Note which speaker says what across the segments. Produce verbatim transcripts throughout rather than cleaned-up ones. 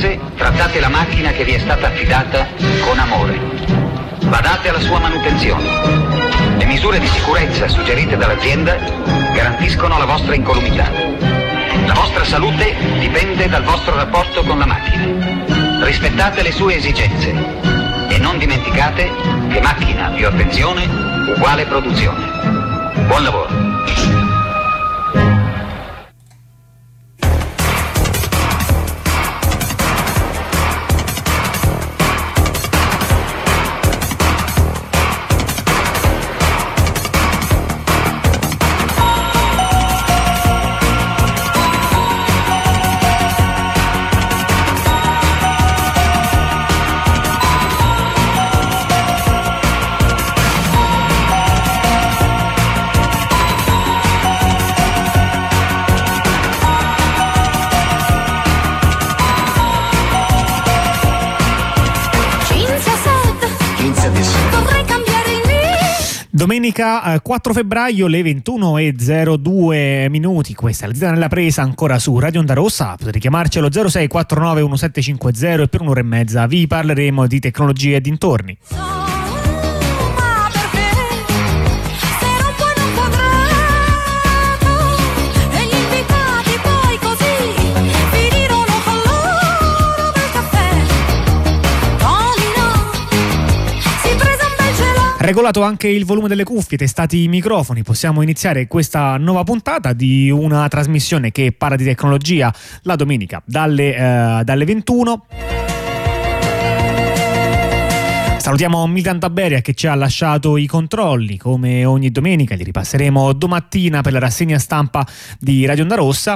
Speaker 1: cose, trattate la macchina che vi è stata affidata con amore. Badate alla sua manutenzione. Le misure di sicurezza suggerite dall'azienda garantiscono la vostra incolumità. La vostra salute dipende dal vostro rapporto con la macchina. Rispettate le sue esigenze e non dimenticate che macchina più attenzione uguale produzione. Buon lavoro.
Speaker 2: Domenica quattro febbraio, le ventuno e zero due minuti. Questa è la Zita nella presa, ancora su Radio Onda Rossa. Potete chiamarci allo zero sei quattro nove uno sette cinque zero e per un'ora e mezza vi parleremo di tecnologie e dintorni. Regolato anche il volume delle cuffie, testati i microfoni, possiamo iniziare questa nuova puntata di una trasmissione che parla di tecnologia la domenica dalle, eh, dalle ventuno. Salutiamo Milan Taberia che ci ha lasciato i controlli, come ogni domenica li ripasseremo domattina per la rassegna stampa di Radio Onda Rossa.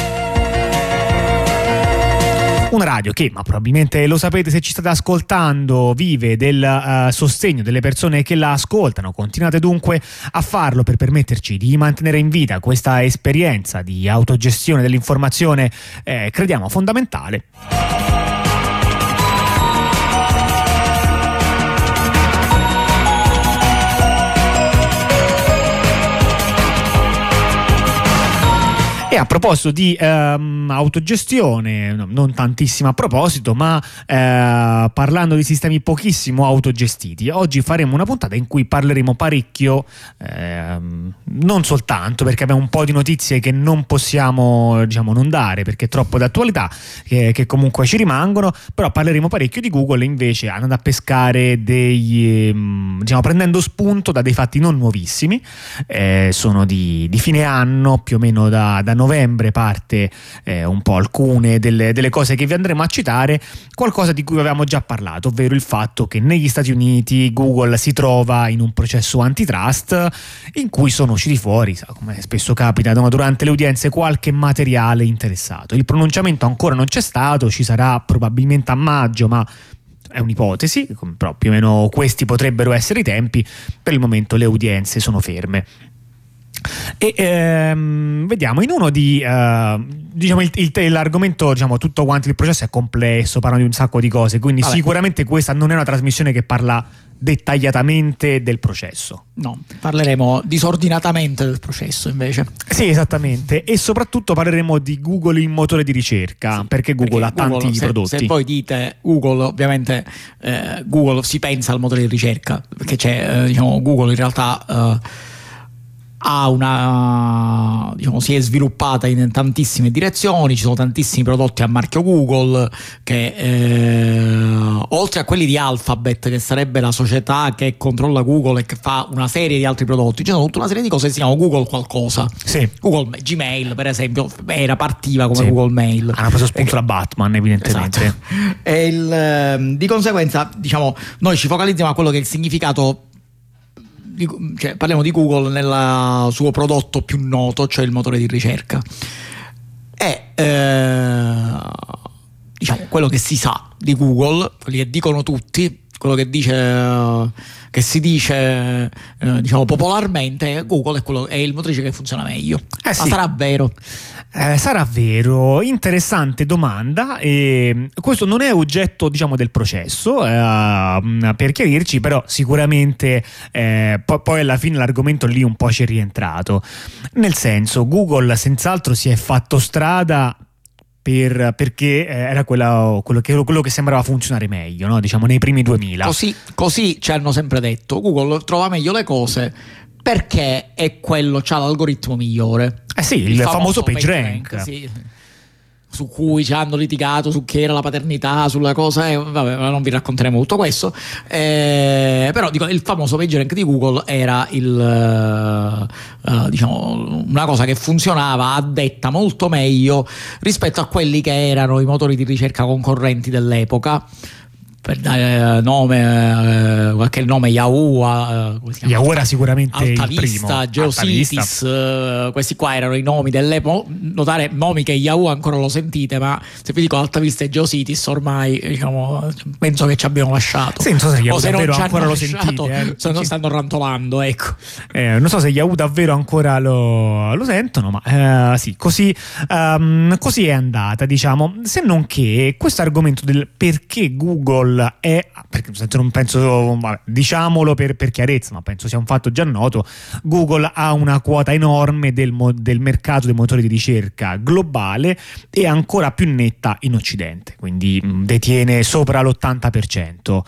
Speaker 2: Una radio che, ma probabilmente lo sapete se ci state ascoltando, vive del uh, sostegno delle persone che la ascoltano. Continuate dunque a farlo per permetterci di mantenere in vita questa esperienza di autogestione dell'informazione, eh, crediamo fondamentale. E a proposito di ehm, autogestione, no, non tantissimo a proposito, ma eh, parlando di sistemi pochissimo autogestiti, oggi faremo una puntata in cui parleremo parecchio, ehm, non soltanto perché abbiamo un po' di notizie che non possiamo, diciamo, non dare perché è troppo d'attualità, che, che comunque ci rimangono, però parleremo parecchio di Google invece andando a pescare dei, ehm, diciamo, prendendo spunto da dei fatti non nuovissimi, eh, sono di, di fine anno, più o meno da, da novembre parte eh, un po' alcune delle, delle cose che vi andremo a citare, qualcosa di cui avevamo già parlato, ovvero il fatto che negli Stati Uniti Google si trova in un processo antitrust in cui sono usciti fuori, come spesso capita durante le udienze, qualche materiale interessato. Il pronunciamento ancora non c'è stato, ci sarà probabilmente a maggio, ma è un'ipotesi, però più o meno questi potrebbero essere i tempi. Per il momento le udienze sono ferme. E ehm, vediamo in uno di uh, diciamo il, il, l'argomento, diciamo tutto quanto il processo è complesso, parla di un sacco di cose, quindi Vabbè. sicuramente questa non è una trasmissione che parla dettagliatamente del processo.
Speaker 3: No, parleremo disordinatamente del processo invece.
Speaker 2: Sì, esattamente, e soprattutto parleremo di Google, il motore di ricerca, sì, perché Google perché ha Google, tanti
Speaker 3: se,
Speaker 2: prodotti.
Speaker 3: Se voi dite Google, ovviamente eh, Google si pensa al motore di ricerca, perché c'è eh, diciamo Google in realtà eh, ha una, diciamo, si è sviluppata in tantissime direzioni, ci sono tantissimi prodotti a marchio Google che eh, oltre a quelli di Alphabet, che sarebbe la società che controlla Google e che fa una serie di altri prodotti, ci sono tutta una serie di cose che si chiamano Google qualcosa.
Speaker 2: Sì.
Speaker 3: Google Gmail per esempio era partiva come sì. Google Mail.
Speaker 2: Hanno preso spunto da Batman evidentemente.
Speaker 3: Esatto. E il, di conseguenza diciamo noi ci focalizziamo a quello che è il significato. Cioè, parliamo di Google nel suo prodotto più noto, cioè il motore di ricerca. E eh, diciamo quello che si sa di Google, quelli che dicono tutti, quello che dice che si dice eh, diciamo popolarmente, Google è quello è il motore che funziona meglio.
Speaker 2: Eh sì.
Speaker 3: Ma sarà vero?
Speaker 2: Eh, sarà vero, interessante domanda, e questo non è oggetto diciamo del processo, eh, per chiarirci, però sicuramente eh, po- poi alla fine l'argomento lì un po' ci è rientrato, nel senso Google senz'altro si è fatto strada per, perché era quella, quello, che, quello che sembrava funzionare meglio, no? Diciamo nei primi duemila.
Speaker 3: Così, così ci hanno sempre detto, Google trova meglio le cose perché è quello, c'ha l'algoritmo migliore.
Speaker 2: Eh sì, il, il famoso, famoso PageRank,
Speaker 3: rank, sì, su cui ci hanno litigato su che era la paternità, sulla cosa, eh, vabbè, non vi racconteremo tutto questo, eh, però dico, il famoso PageRank di Google era il, uh, diciamo, una cosa che funzionava a detta molto meglio rispetto a quelli che erano i motori di ricerca concorrenti dell'epoca. Per dare nome, eh, qualche nome, Yahoo, eh, come si chiama?
Speaker 2: Yahoo era sicuramente
Speaker 3: Alta
Speaker 2: il
Speaker 3: Vista,
Speaker 2: primo.
Speaker 3: Geocities, eh, questi qua erano i nomi dell'epoca. Notare nomi che Yahoo ancora lo sentite, ma se vi dico Alta Vista e Geocities ormai, diciamo, penso che ci abbiamo lasciato.
Speaker 2: Sì, non so se Yahoo
Speaker 3: o se
Speaker 2: davvero
Speaker 3: non
Speaker 2: ancora lo
Speaker 3: lasciato,
Speaker 2: sentite, eh.
Speaker 3: se non stanno rantolando, ecco.
Speaker 2: Eh, non so se Yahoo davvero ancora lo, lo sentono, ma eh, sì, così, um, così è andata, diciamo. Se non che questo argomento del perché Google è, perché non penso, vabbè, diciamolo per, per chiarezza, ma penso sia un fatto già noto, Google ha una quota enorme del, mo, del mercato dei motori di ricerca globale e ancora più netta in Occidente, quindi mh, detiene sopra l'ottanta per cento.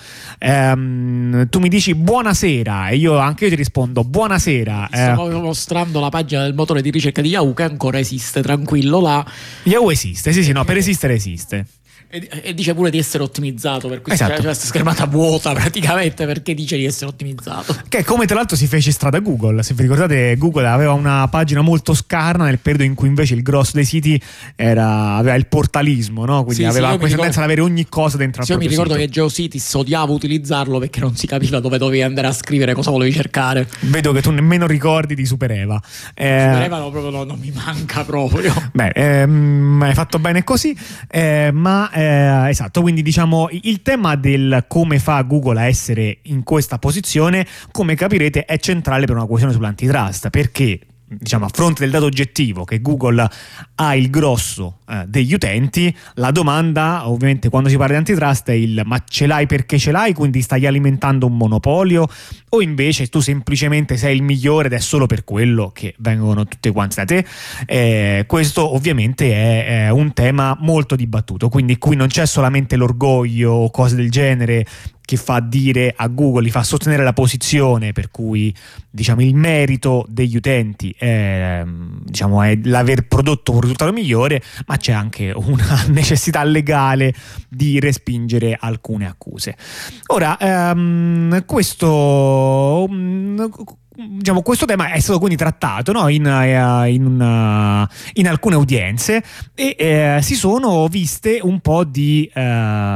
Speaker 2: Ehm, tu mi dici buonasera e io anche io ti rispondo buonasera.
Speaker 3: Stavo eh. mostrando la pagina del motore di ricerca di Yahoo che ancora esiste, tranquillo là.
Speaker 2: Yahoo esiste, sì sì, no, per esistere esiste.
Speaker 3: E, e dice pure di essere ottimizzato, per cui
Speaker 2: esatto.
Speaker 3: c'è questa schermata vuota praticamente perché dice di essere ottimizzato,
Speaker 2: che è come tra l'altro si fece strada Google. Se vi ricordate, Google aveva una pagina molto scarna nel periodo in cui invece il grosso dei siti era, aveva il portalismo, no? Quindi
Speaker 3: sì,
Speaker 2: aveva
Speaker 3: sì,
Speaker 2: questa tendenza ad avere ogni cosa dentro al
Speaker 3: sì, io mi ricordo
Speaker 2: sito.
Speaker 3: che GeoCities odiavo utilizzarlo perché non si capiva dove dovevi andare a scrivere cosa volevi cercare.
Speaker 2: Vedo che tu nemmeno ricordi di Supereva. eh,
Speaker 3: Supereva no, proprio no, non mi manca proprio.
Speaker 2: Beh, ehm, hai fatto bene così, eh, ma eh, esatto. Quindi diciamo il tema del come fa Google a essere in questa posizione, come capirete, è centrale per una questione sull'antitrust, perché diciamo a fronte del dato oggettivo che Google ha il grosso eh, degli utenti, la domanda ovviamente quando si parla di antitrust è il ma ce l'hai perché ce l'hai, quindi stai alimentando un monopolio, o invece tu semplicemente sei il migliore ed è solo per quello che vengono tutte quante da te. Eh, questo ovviamente è, è un tema molto dibattuto, quindi qui non c'è solamente l'orgoglio o cose del genere che fa dire a Google, gli fa sostenere la posizione per cui diciamo il merito degli utenti è, diciamo, è l'aver prodotto un risultato migliore, ma c'è anche una necessità legale di respingere alcune accuse. Ora ehm, questo diciamo questo tema è stato quindi trattato, no? in, in, una, in alcune udienze e eh, si sono viste un po' di eh,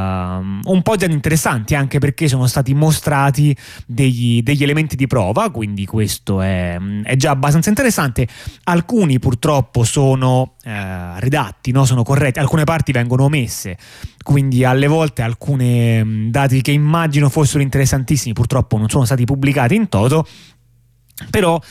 Speaker 2: un po' di interessanti, anche perché sono stati mostrati degli, degli elementi di prova, quindi questo è, è già abbastanza interessante. Alcuni purtroppo sono eh, redatti, no? Sono corretti, alcune parti vengono omesse, quindi alle volte alcuni dati che immagino fossero interessantissimi purtroppo non sono stati pubblicati in toto. Però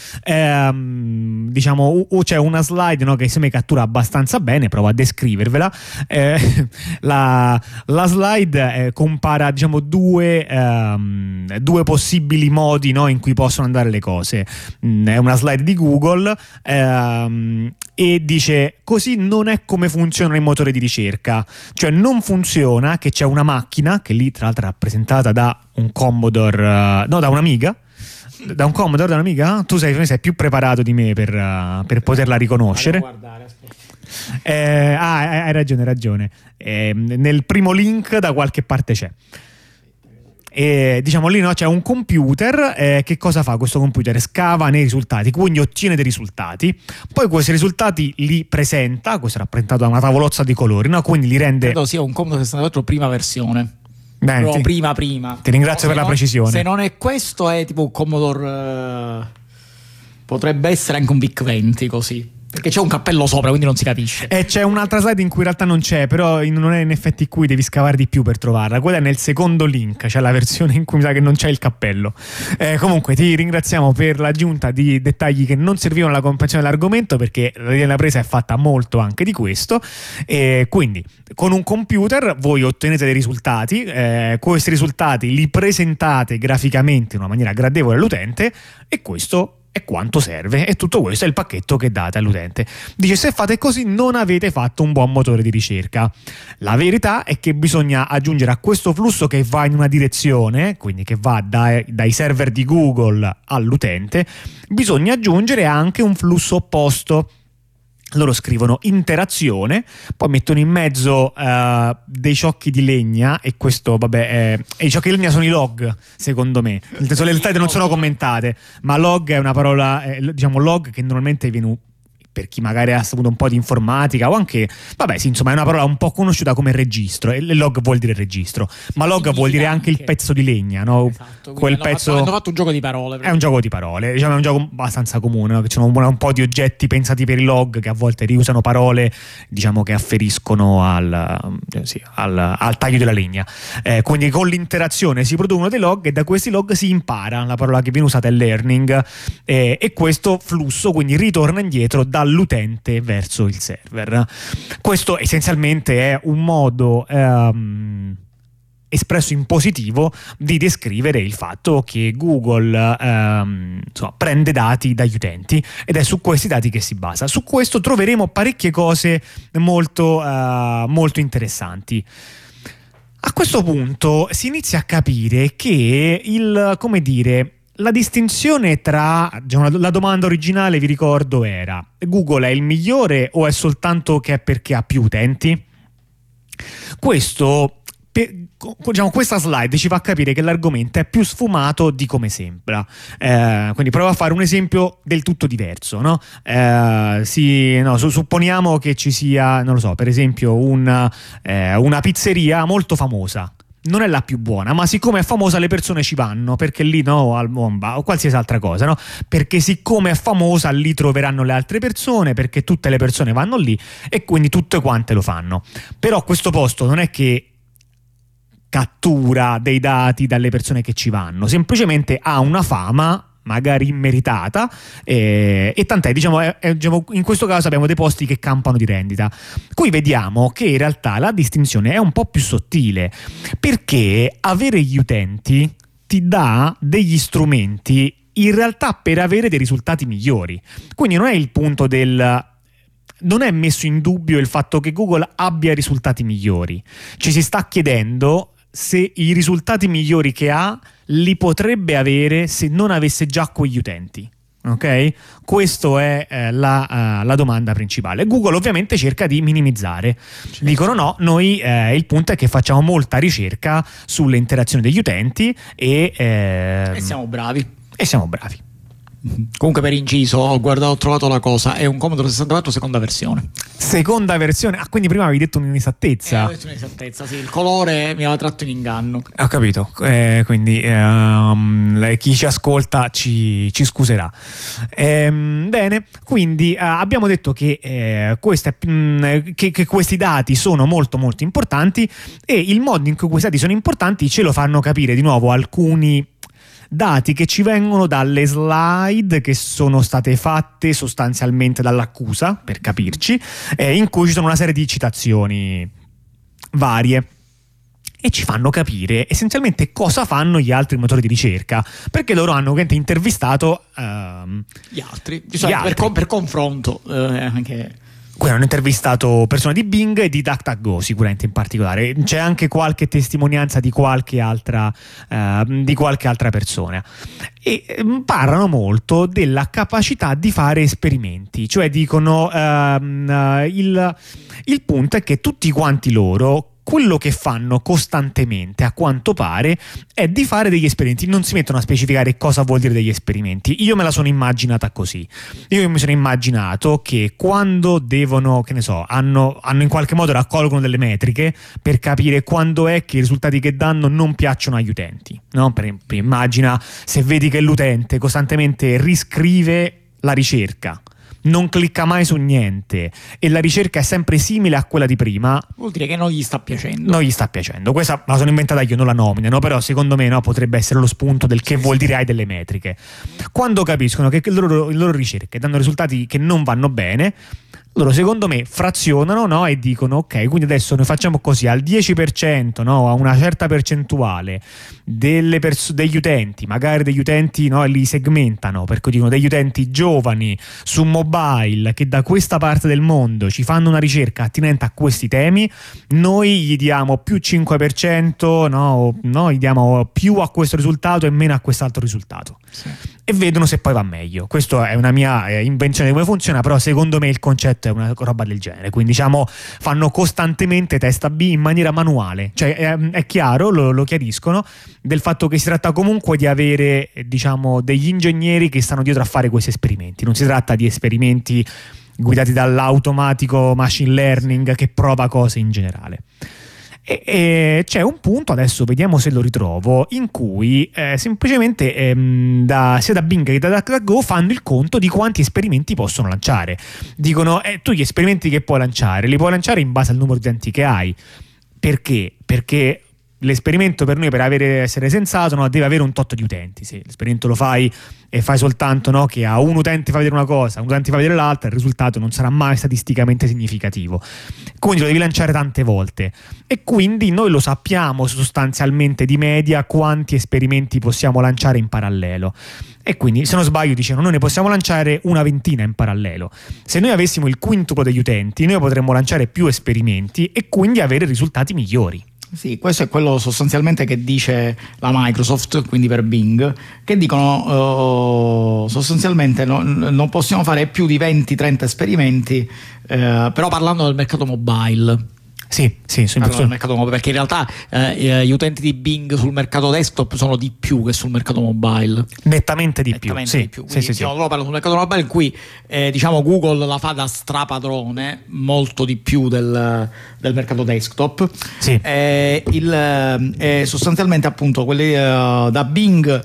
Speaker 2: ehm, diciamo uh, c'è una slide, no, che se mi cattura abbastanza bene, provo a descrivervela. Eh, la, la slide eh, compara diciamo due, ehm, due possibili modi, no, in cui possono andare le cose. Mm, è una slide di Google ehm, e dice così non è come funzionano i motori di ricerca, cioè non funziona che c'è una macchina che lì tra l'altro è rappresentata da un Commodore, uh, no, da un'Amiga. Da un Commodore, da un'amica? Tu sei, sei più preparato di me per, uh, per poterla riconoscere.
Speaker 3: Guardare,
Speaker 2: eh, ah, hai ragione, hai ragione. Eh, nel primo link da qualche parte c'è. E, diciamo lì, no, c'è un computer. Eh, che cosa fa questo computer? Scava nei risultati, quindi ottiene dei risultati. Poi questi risultati li presenta. Questo è rappresentato da una tavolozza di colori, no? Quindi li rende.
Speaker 3: Credo sia un Commodore sessantaquattro prima versione.
Speaker 2: Beh,
Speaker 3: no,
Speaker 2: ti,
Speaker 3: prima prima
Speaker 2: ti ringrazio
Speaker 3: no,
Speaker 2: per la
Speaker 3: non,
Speaker 2: precisione.
Speaker 3: Se non è questo è tipo un Commodore uh, potrebbe essere anche un VIC venti così, perché c'è un cappello sopra, quindi non si capisce.
Speaker 2: E c'è un'altra slide in cui in realtà non c'è, però non è in effetti qui, devi scavare di più per trovarla. Quella è nel secondo link, c'è la versione in cui mi sa che non c'è il cappello. Eh, comunque ti ringraziamo per l'aggiunta di dettagli che non servivano alla comprensione dell'argomento, perché la presa è fatta molto anche di questo. E quindi con un computer voi ottenete dei risultati, eh, questi risultati li presentate graficamente in una maniera gradevole all'utente, e questo è e quanto serve, e tutto questo è il pacchetto che date all'utente. Dice: se fate così non avete fatto un buon motore di ricerca. La verità è che bisogna aggiungere a questo flusso, che va in una direzione, quindi che va dai, dai server di Google all'utente, bisogna aggiungere anche un flusso opposto. Loro scrivono interazione, poi mettono in mezzo uh, dei ciocchi di legna, e questo vabbè è, e i ciocchi di legna sono i log, secondo me, nel senso le lettere non sono commentate, ma log è una parola, eh, diciamo log, che normalmente viene, per chi magari ha saputo un po' di informatica o anche, vabbè sì, insomma è una parola un po' conosciuta come registro, e log vuol dire registro, ma log significa vuol dire anche, anche il pezzo di legna, no?
Speaker 3: Esatto,
Speaker 2: quel
Speaker 3: hanno
Speaker 2: pezzo
Speaker 3: fatto, hanno fatto un gioco di parole,
Speaker 2: è un gioco di parole, diciamo è un gioco abbastanza comune, no? Che c'è un, un po' di oggetti pensati per i log che a volte riusano parole, diciamo, che afferiscono al, eh, sì, al, al taglio della legna, eh, quindi con l'interazione si producono dei log, e da questi log si impara. La parola che viene usata è learning, eh, e questo flusso quindi ritorna indietro dall'utente verso il server. Questo essenzialmente è un modo ehm, espresso in positivo di descrivere il fatto che Google ehm, insomma, prende dati dagli utenti, ed è su questi dati che si basa. Su questo troveremo parecchie cose molto, eh, molto interessanti. A questo punto si inizia a capire che il, come dire, la distinzione tra, diciamo, la domanda originale, vi ricordo, era: Google è il migliore o è soltanto che è perché ha più utenti? Questo, per, diciamo, questa slide ci fa capire che l'argomento è più sfumato di come sembra. Eh, quindi provo a fare un esempio del tutto diverso, no? Eh, sì, no, su, supponiamo che ci sia, non lo so, per esempio una, eh, una pizzeria molto famosa. Non è la più buona, ma siccome è famosa le persone ci vanno, perché lì, no, al Momba o qualsiasi altra cosa, no? Perché siccome è famosa lì troveranno le altre persone, perché tutte le persone vanno lì e quindi tutte quante lo fanno. Però questo posto non è che cattura dei dati dalle persone che ci vanno, semplicemente ha una fama magari immeritata, eh, e tant'è, diciamo, è, è, diciamo, in questo caso abbiamo dei posti che campano di rendita. Qui vediamo che in realtà la distinzione è un po' più sottile, perché avere gli utenti ti dà degli strumenti in realtà per avere dei risultati migliori. Quindi non è il punto del... non è messo in dubbio il fatto che Google abbia risultati migliori, ci si sta chiedendo se i risultati migliori che ha li potrebbe avere se non avesse già quegli utenti. Ok? Questa è eh, la, uh, la domanda principale. Google ovviamente cerca di minimizzare. Certo. Dicono no, noi eh, il punto è che facciamo molta ricerca sulle interazioni degli utenti e, eh,
Speaker 3: e siamo bravi.
Speaker 2: E siamo bravi.
Speaker 3: Comunque, per inciso, ho guardato, ho trovato la cosa, è un Commodore sessantaquattro seconda versione.
Speaker 2: Seconda versione? Ah, quindi prima avevi detto un'inesattezza.
Speaker 3: Eh, un'inesattezza, sì, il colore mi aveva tratto in inganno.
Speaker 2: Ho capito, eh, quindi ehm, chi ci ascolta ci, ci scuserà. Ehm, bene, quindi eh, abbiamo detto che, eh, queste, mh, che, che questi dati sono molto molto importanti, e il modo in cui questi dati sono importanti ce lo fanno capire di nuovo alcuni dati che ci vengono dalle slide che sono state fatte sostanzialmente dall'accusa, per capirci, eh, in cui ci sono una serie di citazioni varie e ci fanno capire essenzialmente cosa fanno gli altri motori di ricerca, perché loro hanno intervistato ehm,
Speaker 3: gli altri,
Speaker 2: gli
Speaker 3: cioè,
Speaker 2: altri.
Speaker 3: Per, per confronto eh, anche...
Speaker 2: Qui hanno intervistato persone di Bing e di DuckDuckGo, sicuramente in particolare. C'è anche qualche testimonianza di qualche altra, eh, di qualche altra persona. E eh, parlano molto della capacità di fare esperimenti. Cioè dicono ehm, il, il punto è che tutti quanti loro, quello che fanno costantemente, a quanto pare, è di fare degli esperimenti. Non si mettono a specificare cosa vuol dire degli esperimenti. Io me la sono immaginata così. Io mi sono immaginato che quando devono, che ne so, hanno, hanno in qualche modo raccolgono delle metriche per capire quando è che i risultati che danno non piacciono agli utenti, no? Per, per immagina se vedi che l'utente costantemente riscrive la ricerca, non clicca mai su niente e la ricerca è sempre simile a quella di prima,
Speaker 3: vuol dire che non gli sta piacendo.
Speaker 2: Non gli sta piacendo. Questa la sono inventata io, non la nominano, però secondo me, no, potrebbe essere lo spunto del che vuol dire hai delle metriche. Quando capiscono che le loro, le loro ricerche danno risultati che non vanno bene, Loro secondo me frazionano, no? E dicono ok, quindi adesso noi facciamo così, al dieci per cento, no? A una certa percentuale delle perso- degli utenti, magari degli utenti, no? Li segmentano, perché dicono degli utenti giovani su mobile che da questa parte del mondo ci fanno una ricerca attinente a questi temi, noi gli diamo più cinque per cento, no? No? Gli diamo più a questo risultato e meno a quest'altro risultato. Sì. E vedono se poi va meglio. Questa è una mia eh, invenzione di come funziona, però secondo me il concetto è una roba del genere. Quindi diciamo fanno costantemente test A B in maniera manuale, cioè è, è chiaro, lo, lo chiariscono, del fatto che si tratta comunque di avere diciamo degli ingegneri che stanno dietro a fare questi esperimenti. Non si tratta di esperimenti guidati dall'automatico machine learning che prova cose in generale. E, e c'è un punto, adesso vediamo se lo ritrovo, in cui eh, semplicemente ehm, da, sia da Bing che da DuckDuckGo fanno il conto di quanti esperimenti possono lanciare. Dicono eh, tu gli esperimenti che puoi lanciare li puoi lanciare in base al numero di utenti che hai. Perché? Perché l'esperimento per noi, per avere, essere sensato, no, deve avere un tot di utenti. Se l'esperimento lo fai e fai soltanto, no, che a un utente fa vedere una cosa, un utente fa vedere l'altra, il risultato non sarà mai statisticamente significativo. Quindi lo devi lanciare tante volte e quindi noi lo sappiamo sostanzialmente di media quanti esperimenti possiamo lanciare in parallelo. E quindi, se non sbaglio, dicevano noi ne possiamo lanciare una ventina in parallelo. Se noi avessimo il quintuplo degli utenti, noi potremmo lanciare più esperimenti e quindi avere risultati migliori.
Speaker 3: Sì, questo è quello sostanzialmente che dice la Microsoft, quindi per Bing, che dicono uh, sostanzialmente no, non possiamo fare più di venti trenta esperimenti, uh, però parlando del mercato mobile.
Speaker 2: Sì, sì, sul
Speaker 3: mercato mobile, perché in realtà eh, gli utenti di Bing sul mercato desktop sono di più che sul mercato mobile,
Speaker 2: nettamente di
Speaker 3: nettamente
Speaker 2: più,
Speaker 3: di più.
Speaker 2: Sì,
Speaker 3: Quindi,
Speaker 2: sì, sì,
Speaker 3: diciamo,
Speaker 2: sì.
Speaker 3: loro parlano sul mercato mobile in cui eh, diciamo Google la fa da strapadrone molto di più del, del mercato desktop.
Speaker 2: Sì.
Speaker 3: Eh, il, eh, sostanzialmente appunto quelli eh, da Bing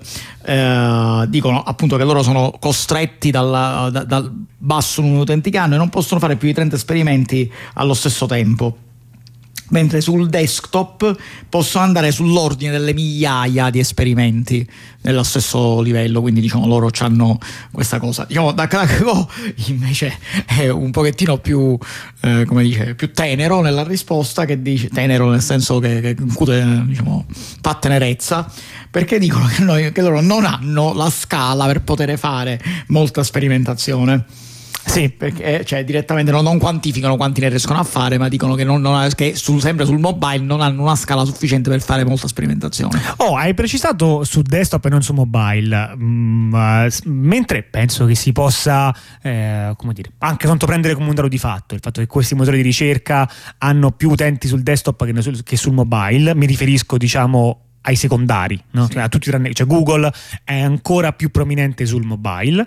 Speaker 3: eh, dicono appunto che loro sono costretti dal, da, dal basso numero di utenti che hanno e non possono fare più di trenta esperimenti allo stesso tempo, mentre sul desktop possono andare sull'ordine delle migliaia di esperimenti nello stesso livello. Quindi diciamo loro hanno questa cosa. Diciamo DuckDuckGo invece è un pochettino più eh, come dice, più tenero nella risposta, che dice tenero nel senso che, che incute, diciamo, fa tenerezza, perché dicono che, noi, che loro non hanno la scala per poter fare molta sperimentazione. Sì, perché cioè, direttamente non, non quantificano quanti ne riescono a fare, ma dicono che, non, non, che sul, sempre sul mobile non hanno una scala sufficiente per fare molta sperimentazione.
Speaker 2: Oh, hai precisato su desktop e non su mobile, mm, uh, mentre penso che si possa eh, come dire, anche tanto prendere come un dato di fatto il fatto che questi motori di ricerca hanno più utenti sul desktop che, sul, che sul mobile. Mi riferisco, diciamo, ai secondari, no?
Speaker 3: Sì.
Speaker 2: A tutti, cioè Google è ancora più prominente sul mobile.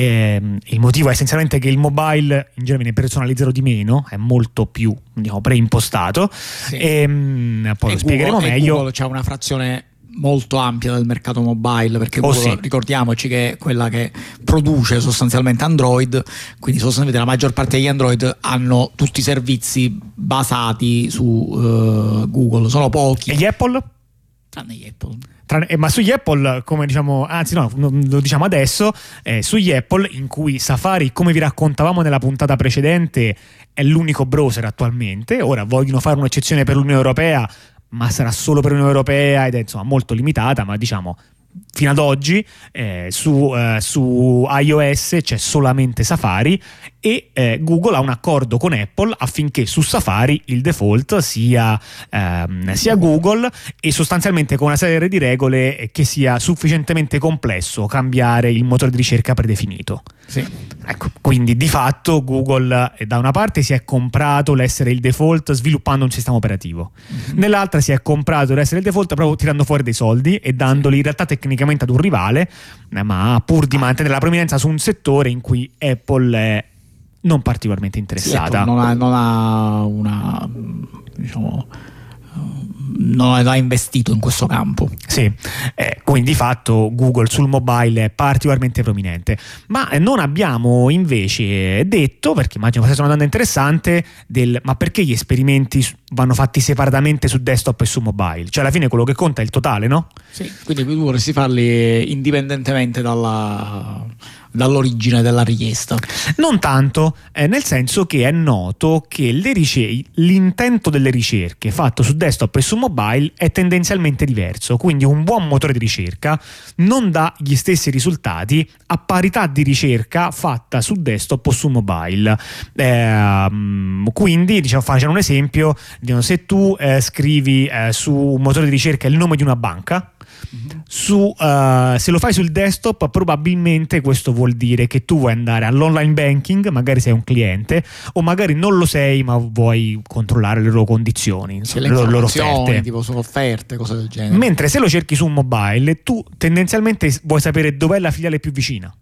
Speaker 2: E il motivo è essenzialmente che il mobile in genere viene personalizzato di meno, è molto più, diciamo, preimpostato. Sì. E poi
Speaker 3: e
Speaker 2: lo spiegheremo
Speaker 3: Google,
Speaker 2: meglio.
Speaker 3: Google c'ha una frazione molto ampia del mercato mobile, perché
Speaker 2: oh,
Speaker 3: Google,
Speaker 2: sì.
Speaker 3: ricordiamoci che è quella che produce sostanzialmente Android, quindi sostanzialmente la maggior parte degli Android hanno tutti i servizi basati su uh, Google, sono pochi.
Speaker 2: E gli Apple?
Speaker 3: Tranne gli Apple.
Speaker 2: Tranne, eh, ma sugli Apple, come diciamo, anzi no, lo diciamo adesso, eh, sugli Apple, in cui Safari, come vi raccontavamo nella puntata precedente, è l'unico browser attualmente. Ora vogliono fare un'eccezione per l'Unione Europea, ma sarà solo per l'Unione Europea ed è insomma molto limitata, ma diciamo fino ad oggi eh, su, eh, su iOS c'è solamente Safari e eh, Google ha un accordo con Apple affinché su Safari il default sia, ehm, sia Google, e sostanzialmente con una serie di regole che sia sufficientemente complesso cambiare il motore di ricerca predefinito.
Speaker 3: Sì.
Speaker 2: Ecco, quindi di fatto Google eh, da una parte si è comprato l'essere il default sviluppando un sistema operativo, mm-hmm. nell'altra si è comprato l'essere il default proprio tirando fuori dei soldi e dandoli in realtà tecnicamente ad un rivale, eh, ma pur di mantenere la prominenza su un settore in cui Apple è non particolarmente interessata.
Speaker 3: Sì, non ha, non ha una, diciamo, non ha investito in questo campo.
Speaker 2: Sì, eh, quindi di fatto Google sul mobile è particolarmente prominente, ma non abbiamo invece detto, perché immagino questa sia una domanda interessante, del ma perché gli esperimenti vanno fatti separatamente su desktop e su mobile? Cioè alla fine quello che conta è il totale, no?
Speaker 3: Sì, quindi tu vorresti farli indipendentemente dalla dall'origine della richiesta.
Speaker 2: Non tanto, eh, nel senso che è noto che le rice- l'intento delle ricerche fatto su desktop e su mobile è tendenzialmente diverso, quindi un buon motore di ricerca non dà gli stessi risultati a parità di ricerca fatta su desktop o su mobile. Eh, quindi, diciamo, facciamo un esempio, diciamo, se tu eh, scrivi eh, su un motore di ricerca il nome di una banca, su, uh, se lo fai sul desktop probabilmente questo vuol dire che tu vuoi andare all'online banking, magari sei un cliente o magari non lo sei ma vuoi controllare le loro condizioni, insomma, le loro offerte,
Speaker 3: tipo sono offerte, cose del genere.
Speaker 2: Mentre se lo cerchi su un mobile tu tendenzialmente vuoi sapere dov'è la filiale più vicina.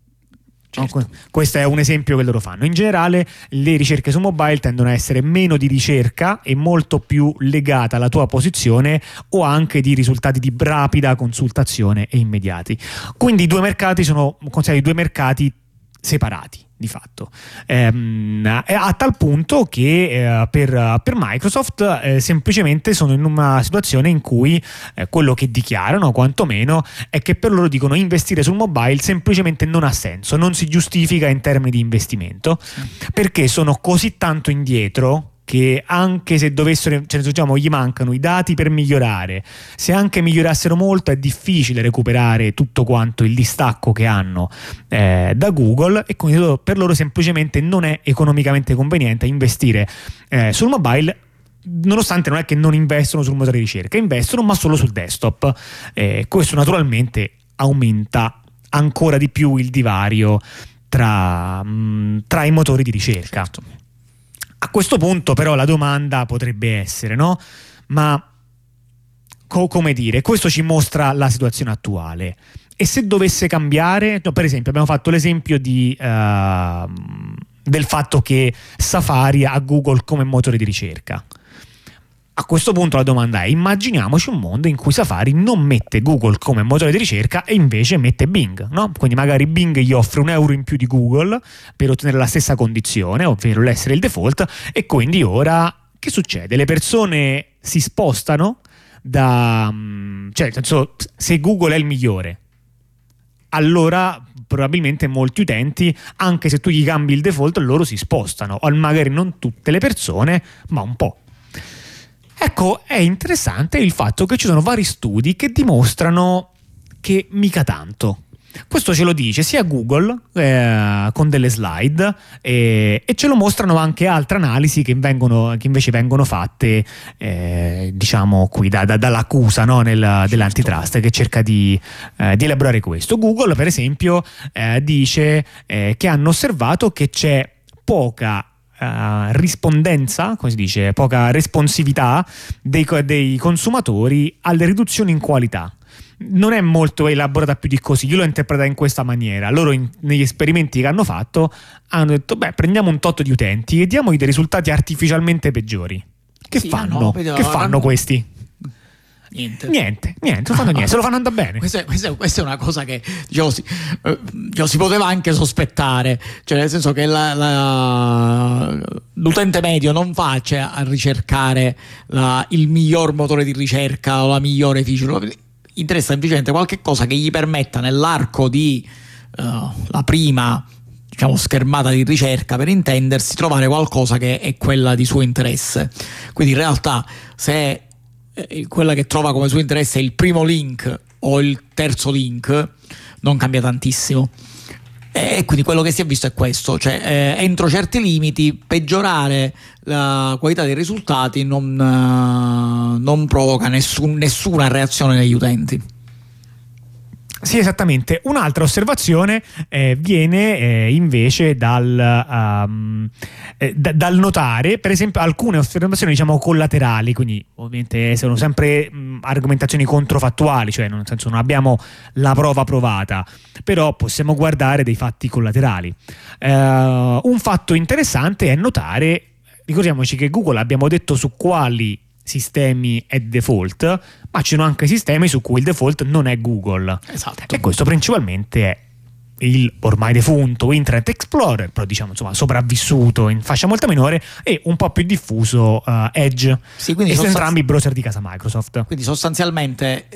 Speaker 2: Certo. Questo è un esempio che loro fanno. In generale le ricerche su mobile tendono a essere meno di ricerca e molto più legata alla tua posizione o anche di risultati di rapida consultazione e immediati. Quindi i due mercati sono considerati due mercati separati di fatto, ehm, a tal punto che eh, per, per Microsoft eh, semplicemente sono in una situazione in cui eh, quello che dichiarano quantomeno è che per loro dicono investire sul mobile semplicemente non ha senso, non si giustifica in termini di investimento perché sono così tanto indietro che anche se dovessero, cioè, diciamo, gli mancano i dati per migliorare, se anche migliorassero molto è difficile recuperare tutto quanto il distacco che hanno eh, da Google e quindi per loro semplicemente non è economicamente conveniente investire eh, sul mobile, nonostante non è che non investono sul motore di ricerca, investono ma solo sul desktop. Eh, questo naturalmente aumenta ancora di più il divario tra, mh, tra i motori di ricerca. Certo. A questo punto però la domanda potrebbe essere, no? Ma co- come dire, questo ci mostra la situazione attuale. E se dovesse cambiare, no, per esempio abbiamo fatto l'esempio di, uh, del fatto che Safari ha Google come motore di ricerca. A questo punto la domanda è: immaginiamoci un mondo in cui Safari non mette Google come motore di ricerca e invece mette Bing, no? Quindi magari Bing gli offre un euro in più di Google per ottenere la stessa condizione, ovvero l'essere il default, e quindi ora che succede? Le persone si spostano da... cioè, nel senso, se Google è il migliore, allora probabilmente molti utenti, anche se tu gli cambi il default, loro si spostano, o magari non tutte le persone, ma un po'. Ecco, è interessante il fatto che ci sono vari studi che dimostrano che mica tanto. Questo ce lo dice sia Google eh, con delle slide eh, e ce lo mostrano anche altre analisi che, vengono, che invece vengono fatte eh, diciamo qui da, da, dall'accusa, no? Nel, dell'antitrust che cerca di, eh, di elaborare questo. Google per esempio eh, dice eh, che hanno osservato che c'è poca Uh, rispondenza, come si dice, poca responsività dei, dei consumatori alle riduzioni in qualità. Non è molto elaborata più di così, io l'ho interpretata in questa maniera. Loro in, negli esperimenti che hanno fatto hanno detto: beh, prendiamo un tot di utenti e diamogli dei risultati artificialmente peggiori. Che sì, fanno? No, che fanno questi?
Speaker 3: Niente,
Speaker 2: niente, niente, non fanno niente, se lo fanno andare bene.
Speaker 3: Questa è, questa, è, questa è una cosa che diciamo, si, eh, diciamo, si poteva anche sospettare, cioè nel senso che la, la, l'utente medio non face a ricercare la, il miglior motore di ricerca o la migliore feature, interessa semplicemente qualche cosa che gli permetta nell'arco di uh, la prima, diciamo, schermata di ricerca, per intendersi, trovare qualcosa che è quella di suo interesse. Quindi in realtà se quella che trova come suo interesse è il primo link o il terzo link, non cambia tantissimo. E quindi quello che si è visto è questo, cioè eh, entro certi limiti peggiorare la qualità dei risultati non, uh, non provoca nessun, nessuna reazione negli utenti.
Speaker 2: Sì, esattamente. Un'altra osservazione eh, viene eh, invece dal, um, eh, d- dal notare, per esempio, alcune osservazioni, diciamo, collaterali, quindi ovviamente sono sempre mh, argomentazioni controfattuali, cioè nel senso non abbiamo la prova provata, però possiamo guardare dei fatti collaterali. Uh, un fatto interessante è notare, ricordiamoci che Google, abbiamo detto su quali sistemi è default, ma ci sono anche sistemi su cui il default non è Google.
Speaker 3: Esatto.
Speaker 2: E questo principalmente è il ormai defunto Internet Explorer, però diciamo insomma sopravvissuto in fascia molto minore, e un po' più diffuso uh, Edge,
Speaker 3: sì, quindi
Speaker 2: e sono
Speaker 3: sostanzi-
Speaker 2: entrambi i browser di casa Microsoft.
Speaker 3: Quindi sostanzialmente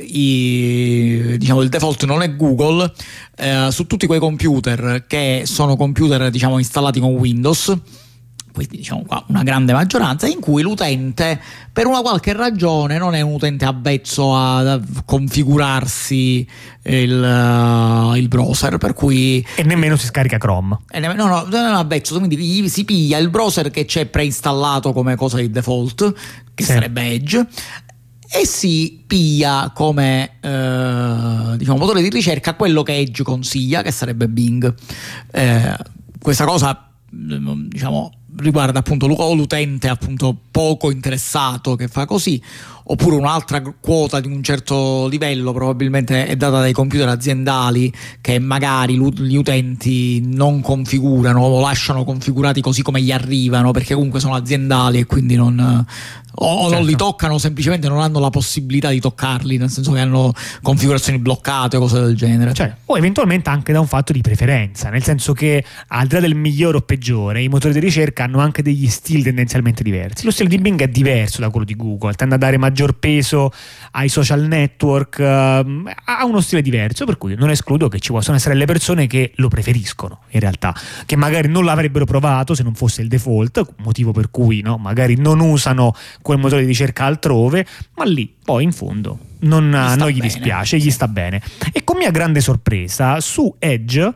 Speaker 3: i, diciamo, il default non è Google eh, su tutti quei computer che sono computer diciamo installati con Windows. Quindi diciamo qua una grande maggioranza, in cui l'utente per una qualche ragione non è un utente avvezzo a configurarsi il, uh, il browser, per cui
Speaker 2: e nemmeno si scarica Chrome.
Speaker 3: eh, no, no, non è un avvezzo, quindi gli si piglia il browser che c'è preinstallato come cosa di default, che
Speaker 2: sì.
Speaker 3: sarebbe Edge, e si piglia come eh, diciamo motore di ricerca quello che Edge consiglia, che sarebbe Bing. Eh, questa cosa diciamo riguarda appunto l'utente appunto poco interessato che fa così, oppure un'altra quota di un certo livello probabilmente è data dai computer aziendali che magari gli utenti non configurano o lasciano configurati così come gli arrivano, perché comunque sono aziendali e quindi non o
Speaker 2: certo.
Speaker 3: non li toccano, semplicemente non hanno la possibilità di toccarli, nel senso che hanno configurazioni bloccate o cose del genere,
Speaker 2: cioè, o eventualmente anche da un fatto di preferenza, nel senso che al di là del migliore o peggiore, i motori di ricerca hanno anche degli stili tendenzialmente diversi. Lo stile di Bing è diverso da quello di Google, tende a dare maggior peso ai social network, ehm, ha uno stile diverso, per cui non escludo che ci possano essere le persone che lo preferiscono in realtà, che magari non l'avrebbero provato se non fosse il default, motivo per cui no, magari non usano quel motore di ricerca altrove, ma lì poi in fondo non gli, non gli dispiace, gli sta bene. E con mia grande sorpresa su Edge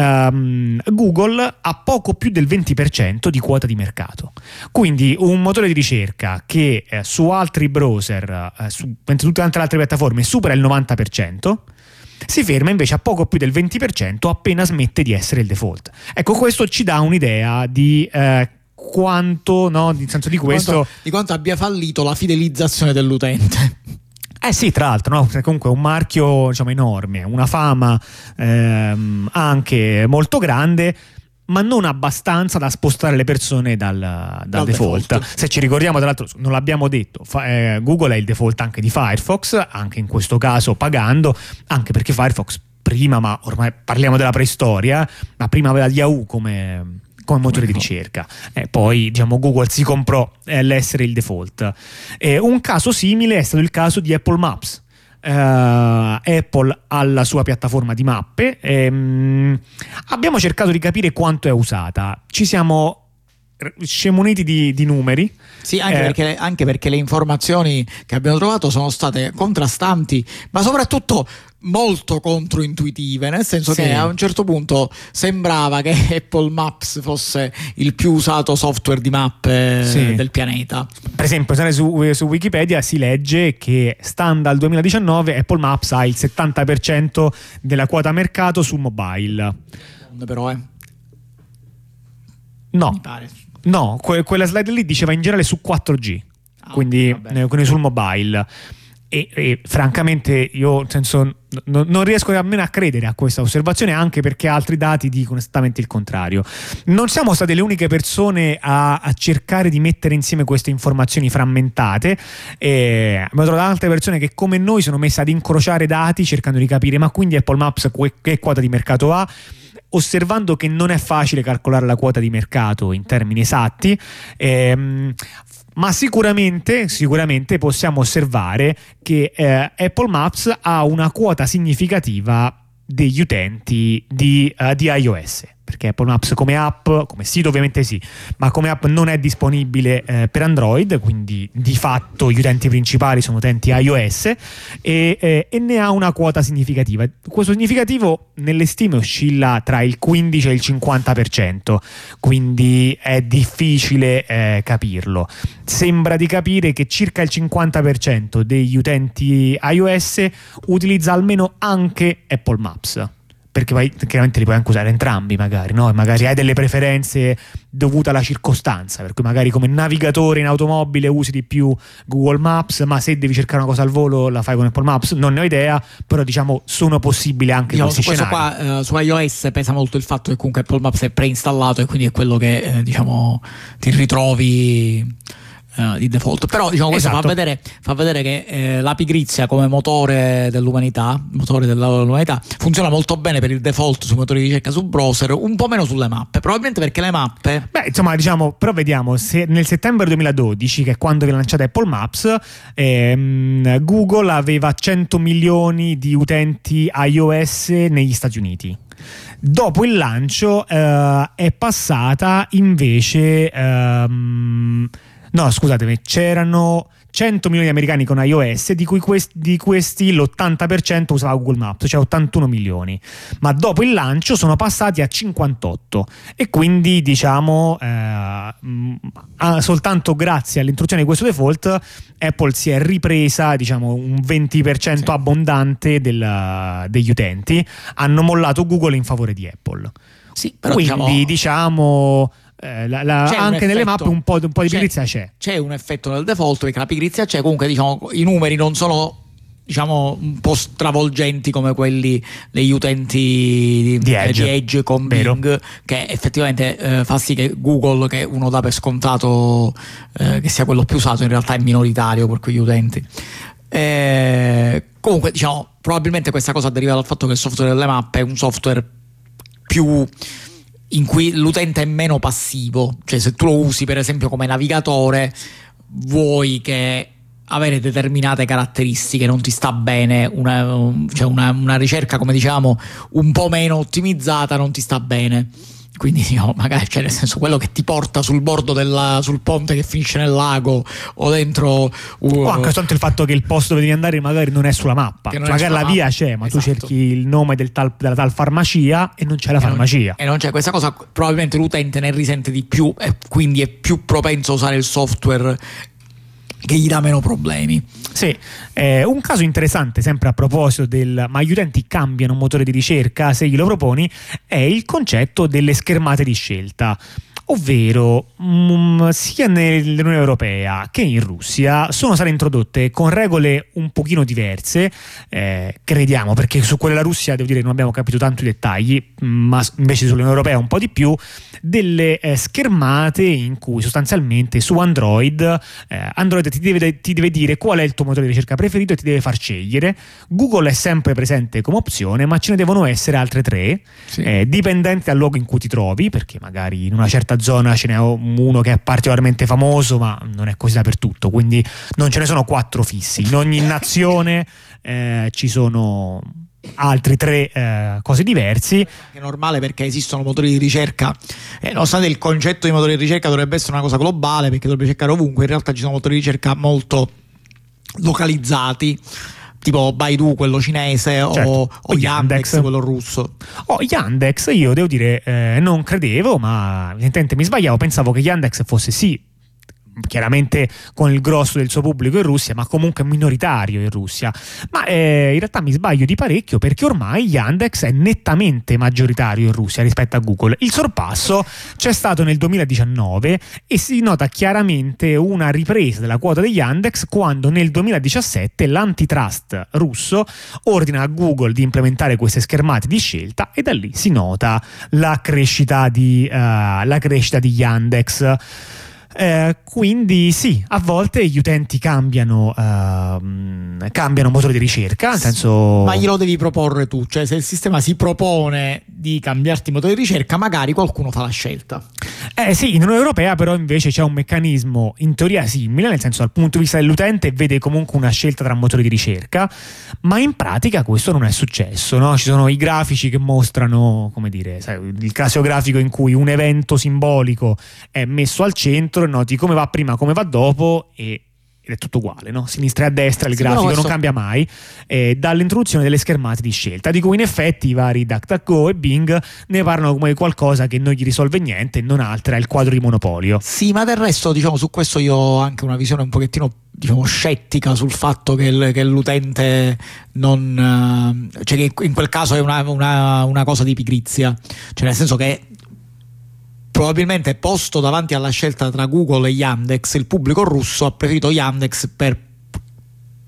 Speaker 2: Um, Google ha poco più del venti per cento di quota di mercato, quindi un motore di ricerca che eh, su altri browser, eh, su tutte le altre piattaforme supera il novanta per cento, si ferma invece a poco più del venti per cento appena smette di essere il default. Ecco, questo ci dà un'idea di eh, quanto, no, nel senso di questo,
Speaker 3: di quanto, di quanto abbia fallito la fidelizzazione dell'utente.
Speaker 2: Eh sì, tra l'altro, no? Comunque è un marchio diciamo enorme, una fama ehm, anche molto grande, ma non abbastanza da spostare le persone dal, dal, dal default. default. Se ci ricordiamo, tra l'altro, non l'abbiamo detto, fa, eh, Google è il default anche di Firefox, anche in questo caso pagando, anche perché Firefox prima, ma ormai parliamo della preistoria, ma prima aveva Yahoo come... come motore di ricerca, eh, poi diciamo Google si comprò eh, l'essere il default. Eh, un caso simile è stato il caso di Apple Maps. Uh, Apple ha la sua piattaforma di mappe, ehm, abbiamo cercato di capire quanto è usata, ci siamo scemuniti di, di numeri.
Speaker 3: Sì, anche,
Speaker 2: eh,
Speaker 3: perché, anche perché le informazioni che abbiamo trovato sono state contrastanti, ma soprattutto molto controintuitive, nel senso sì. che a un certo punto sembrava che Apple Maps fosse il più usato software di mappe sì. del pianeta.
Speaker 2: Per esempio, su, su Wikipedia si legge che stando al duemiladiciannove Apple Maps ha il settanta per cento della quota mercato su mobile.
Speaker 3: Però eh
Speaker 2: no,
Speaker 3: mi pare.
Speaker 2: No, que- quella slide lì diceva in generale su quattro G, ah, quindi, eh, quindi sul mobile. E, e francamente io nel senso, n- non riesco nemmeno a credere a questa osservazione, anche perché altri dati dicono esattamente il contrario. Non siamo state le uniche persone a, a cercare di mettere insieme queste informazioni frammentate, e abbiamo trovato altre persone che come noi sono messe ad incrociare dati cercando di capire ma quindi Apple Maps que- che quota di mercato ha, osservando che non è facile calcolare la quota di mercato in termini esatti, ehm, ma sicuramente, sicuramente possiamo osservare che eh, Apple Maps ha una quota significativa degli utenti di, uh, di iOS, perché Apple Maps come app, come sito ovviamente sì, ma come app non è disponibile eh, per Android, quindi di fatto gli utenti principali sono utenti iOS, e, eh, e ne ha una quota significativa. Questo significativo nelle stime oscilla tra il quindici e il cinquanta per cento, quindi è difficile eh, capirlo. Sembra di capire che circa il cinquanta per cento degli utenti iOS utilizza almeno anche Apple Maps, perché poi chiaramente li puoi anche usare entrambi magari, no? E magari hai delle preferenze dovute alla circostanza, per cui magari come navigatore in automobile usi di più Google Maps, ma se devi cercare una cosa al volo la fai con Apple Maps, non ne ho idea, però diciamo sono possibili anche diciamo, questi
Speaker 3: su
Speaker 2: scenari.
Speaker 3: Qua, uh, su iOS pesa molto il fatto che comunque Apple Maps è preinstallato e quindi è quello che eh, diciamo ti ritrovi uh, di default. Però diciamo questo
Speaker 2: Esatto.
Speaker 3: fa vedere, fa vedere che eh, la pigrizia come motore dell'umanità, motore dell'umanità, funziona molto bene per il default sui motori di ricerca su browser, un po' meno sulle mappe, probabilmente perché le mappe...
Speaker 2: Beh, insomma, diciamo, però vediamo, se nel settembre duemiladodici, che è quando viene lanciata Apple Maps, ehm, Google aveva cento milioni di utenti iOS negli Stati Uniti. Dopo il lancio eh, è passata invece ehm, no, scusatemi, c'erano cento milioni di americani con iOS, di cui questi, di questi l'ottanta per cento usava Google Maps, cioè ottantuno milioni, ma dopo il lancio sono passati a cinquantotto, e quindi diciamo eh, soltanto grazie all'introduzione di questo default Apple si è ripresa, diciamo, un venti per cento sì. abbondante del, degli utenti hanno mollato Google in favore di Apple.
Speaker 3: Sì, però
Speaker 2: quindi
Speaker 3: diciamo,
Speaker 2: diciamo eh, la, la, anche nelle mappe un po', un po' di
Speaker 3: c'è,
Speaker 2: pigrizia c'è.
Speaker 3: C'è un effetto nel default perché la pigrizia c'è, comunque diciamo i numeri non sono, diciamo, un po' stravolgenti come quelli degli utenti di,
Speaker 2: di, Edge.
Speaker 3: di Edge con
Speaker 2: Vero.
Speaker 3: Bing, che effettivamente eh, fa sì che Google, che uno dà per scontato eh, che sia quello più usato, in realtà è minoritario per quegli utenti. Eh, comunque diciamo probabilmente questa cosa deriva dal fatto che il software delle mappe è un software più in cui l'utente è meno passivo, cioè se tu lo usi per esempio come navigatore vuoi che avere determinate caratteristiche, non ti sta bene una, cioè una, una ricerca, come diciamo, un po' meno ottimizzata non ti sta bene, quindi diciamo, magari, cioè nel senso, quello che ti porta sul bordo della, sul ponte che finisce nel lago o dentro uh,
Speaker 2: o anche soltanto il fatto che il posto dove devi andare magari non è sulla mappa, cioè, magari la via c'è, ma esatto. tu cerchi il nome del tal, della tal farmacia e non c'è la e farmacia
Speaker 3: non, e non c'è questa cosa, probabilmente l'utente ne risente di più e quindi è più propenso a usare il software che gli dà meno problemi.
Speaker 2: Sì, eh, un caso interessante sempre a proposito del ma gli utenti cambiano un motore di ricerca se glielo proponi è il concetto delle schermate di scelta, ovvero mh, sia nell'Unione Europea che in Russia sono state introdotte con regole un pochino diverse, eh, crediamo, perché su quella della Russia devo dire non abbiamo capito tanto i dettagli, ma invece sull'Unione Europea un po' di più, delle eh, schermate in cui sostanzialmente su Android eh, Android ti deve, ti deve dire qual è il tuo motore di ricerca preferito e ti deve far scegliere. Google è sempre presente come opzione, ma ce ne devono essere altre tre, sì. eh, dipendenti dal luogo in cui ti trovi, perché magari in una certa zona ce n'è uno che è particolarmente famoso ma non è così dappertutto, quindi non ce ne sono quattro fissi, in ogni nazione eh, ci sono altri tre eh, cose diversi.
Speaker 3: È normale perché esistono motori di ricerca, eh, nonostante il concetto di motori di ricerca dovrebbe essere una cosa globale perché dovrebbe cercare ovunque, in realtà ci sono motori di ricerca molto localizzati, tipo Baidu, quello cinese, certo. o, o Yandex, Yandex, quello russo.
Speaker 2: Oh, Yandex, io devo dire, eh, non credevo, ma evidentemente mi sbagliavo, pensavo che Yandex fosse sì, chiaramente con il grosso del suo pubblico in Russia, ma comunque minoritario in Russia, ma eh, in realtà mi sbaglio di parecchio, perché ormai Yandex è nettamente maggioritario in Russia rispetto a Google. Il sorpasso c'è stato nel duemiladiciannove e si nota chiaramente una ripresa della quota di Yandex quando nel duemiladiciassette l'antitrust russo ordina a Google di implementare queste schermate di scelta e da lì si nota la crescita di, uh, la crescita di Yandex. Eh, quindi sì, a volte gli utenti cambiano uh, cambiano motore di ricerca, nel senso...
Speaker 3: Ma glielo devi proporre tu, cioè se il sistema si propone di cambiarti motore di ricerca magari qualcuno fa la scelta.
Speaker 2: Eh sì, in Unione Europea però invece c'è un meccanismo in teoria simile, nel senso dal punto di vista dell'utente vede comunque una scelta tra motori di ricerca, ma in pratica questo non è successo, no? Ci sono i grafici che mostrano, come dire, sai, il classico grafico in cui un evento simbolico è messo al centro, noti come va prima, come va dopo e ed è tutto uguale, no? Sinistra e a destra il sì, grafico questo... non cambia mai, eh, dall'introduzione delle schermate di scelta, di cui in effetti i vari DuckDuckGo e Bing ne parlano come qualcosa che non gli risolve niente, non altera il quadro di monopolio.
Speaker 3: Sì, ma del resto diciamo su questo io ho anche una visione un pochettino, diciamo, scettica sul fatto che, il, che l'utente non, cioè che in quel caso è una, una, una cosa di pigrizia, cioè nel senso che probabilmente posto davanti alla scelta tra Google e Yandex, il pubblico russo ha preferito Yandex per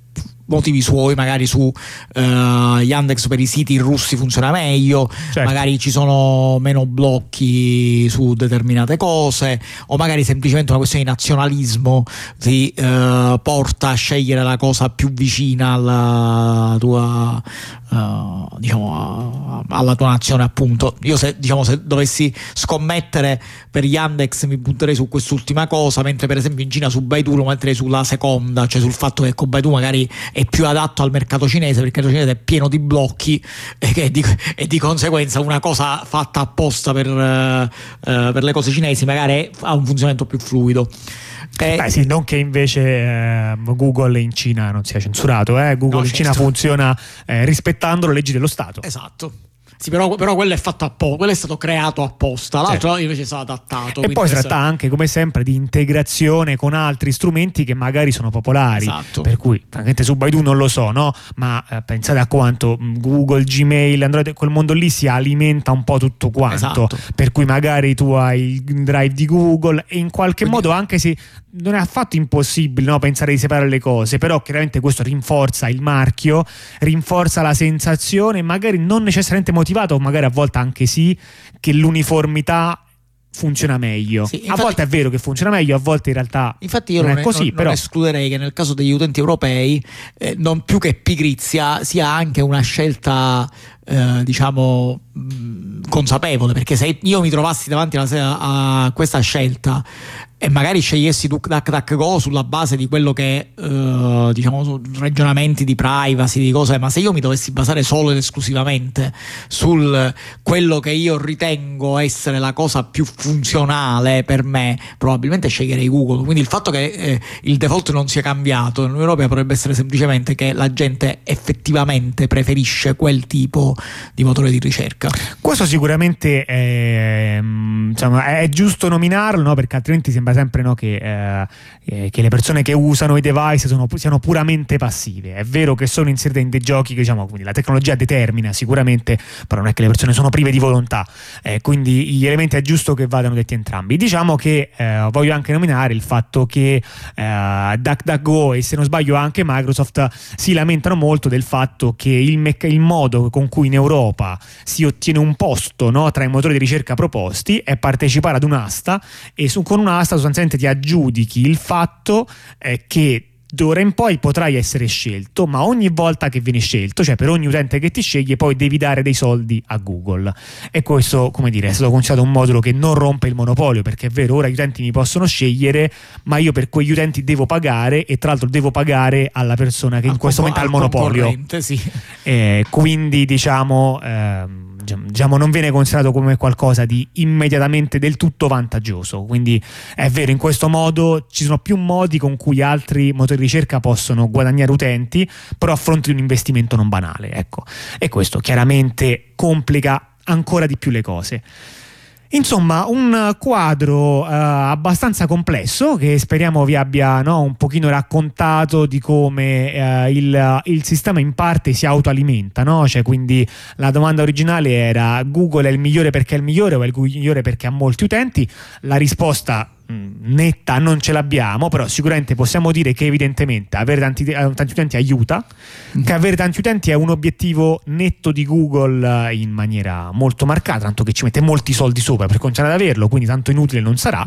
Speaker 3: motivi suoi, magari su uh, Yandex per i siti russi funziona meglio, certo. Magari ci sono meno blocchi su determinate cose, o magari semplicemente una questione di nazionalismo ti uh, porta a scegliere la cosa più vicina alla tua uh, diciamo alla tua nazione, appunto. Io se diciamo se dovessi scommettere per Yandex mi butterei su quest'ultima cosa, mentre per esempio in Cina su Baidu lo metterei sulla seconda, cioè sul fatto che con Baidu magari è più adatto al mercato cinese, perché il mercato cinese è pieno di blocchi e, che di, e di conseguenza una cosa fatta apposta per, uh, per le cose cinesi magari ha un funzionamento più fluido.
Speaker 2: Eh, Beh, sì, non che invece eh, Google in Cina non sia censurato, eh? Google no, in certo. Cina funziona eh, rispettando le leggi dello Stato.
Speaker 3: Esatto. Sì, però, però quello è fatto apposta, quello è stato creato apposta, l'altro certo. invece è stato adattato.
Speaker 2: E poi si tratta anche, come sempre, di integrazione con altri strumenti che magari sono popolari.
Speaker 3: Esatto.
Speaker 2: Per cui, francamente, su Baidu non lo so, no? Ma eh, pensate a quanto Google, Gmail, Android, quel mondo lì si alimenta un po' tutto quanto.
Speaker 3: Esatto.
Speaker 2: Per cui magari tu hai il drive di Google e in qualche Quindi... modo, anche se non è affatto impossibile, no, pensare di separare le cose, però chiaramente questo rinforza il marchio, rinforza la sensazione, magari non necessariamente motivato, magari a volte anche sì, che l'uniformità funziona meglio. Sì, infatti, a volte è vero che funziona meglio, a volte in realtà
Speaker 3: infatti io
Speaker 2: non,
Speaker 3: non
Speaker 2: è così,
Speaker 3: non,
Speaker 2: però
Speaker 3: non escluderei che nel caso degli utenti europei eh, non più che pigrizia sia anche una scelta eh, diciamo mh, consapevole, perché se io mi trovassi davanti a, a questa scelta e magari scegliessi DuckDuckGo sulla base di quello che eh, diciamo su ragionamenti di privacy, di cose, ma se io mi dovessi basare solo ed esclusivamente sul quello che io ritengo essere la cosa più funzionale per me, probabilmente sceglierei Google. Quindi il fatto che eh, il default non sia cambiato nell'Unione Europea potrebbe essere semplicemente che la gente effettivamente preferisce quel tipo di motore di ricerca.
Speaker 2: Questo sicuramente è, insomma, è giusto nominarlo, no? Perché altrimenti sembra sempre, no, che, eh, che le persone che usano i device sono, siano puramente passive. È vero che sono inserite in dei giochi che, diciamo, quindi la tecnologia determina sicuramente, però non è che le persone sono prive di volontà, eh, quindi gli elementi è giusto che vadano detti entrambi. Diciamo che eh, voglio anche nominare il fatto che eh, DuckDuckGo e, se non sbaglio, anche Microsoft si lamentano molto del fatto che il, mecc- il modo con cui in Europa si ottiene un posto, no, tra i motori di ricerca proposti è partecipare ad un'asta, e su, con un'asta sostanzialmente ti aggiudichi il fatto eh, che d'ora in poi potrai essere scelto, ma ogni volta che vieni scelto, cioè per ogni utente che ti sceglie, poi devi dare dei soldi a Google. E questo, come dire, è stato considerato un modulo che non rompe il monopolio, perché è vero, ora gli utenti mi possono scegliere, ma io per quegli utenti devo pagare, e tra l'altro devo pagare alla persona che al in questo momento ha il monopolio.
Speaker 3: Sì.
Speaker 2: Eh, quindi diciamo... Ehm, diciamo non viene considerato come qualcosa di immediatamente del tutto vantaggioso. Quindi è vero, in questo modo ci sono più modi con cui altri motori di ricerca possono guadagnare utenti, però a fronte di un investimento non banale, ecco. E questo chiaramente complica ancora di più le cose. Insomma, un quadro eh, abbastanza complesso, che speriamo vi abbia, no, un pochino raccontato di come eh, il, il sistema in parte si autoalimenta, no? Cioè, quindi la domanda originale era: Google è il migliore perché è il migliore, o è il migliore perché ha molti utenti? La risposta netta non ce l'abbiamo, però sicuramente possiamo dire che evidentemente avere tanti, tanti utenti aiuta, mm. che avere tanti utenti è un obiettivo netto di Google in maniera molto marcata, tanto che ci mette molti soldi sopra per continuare ad averlo, quindi tanto inutile non sarà,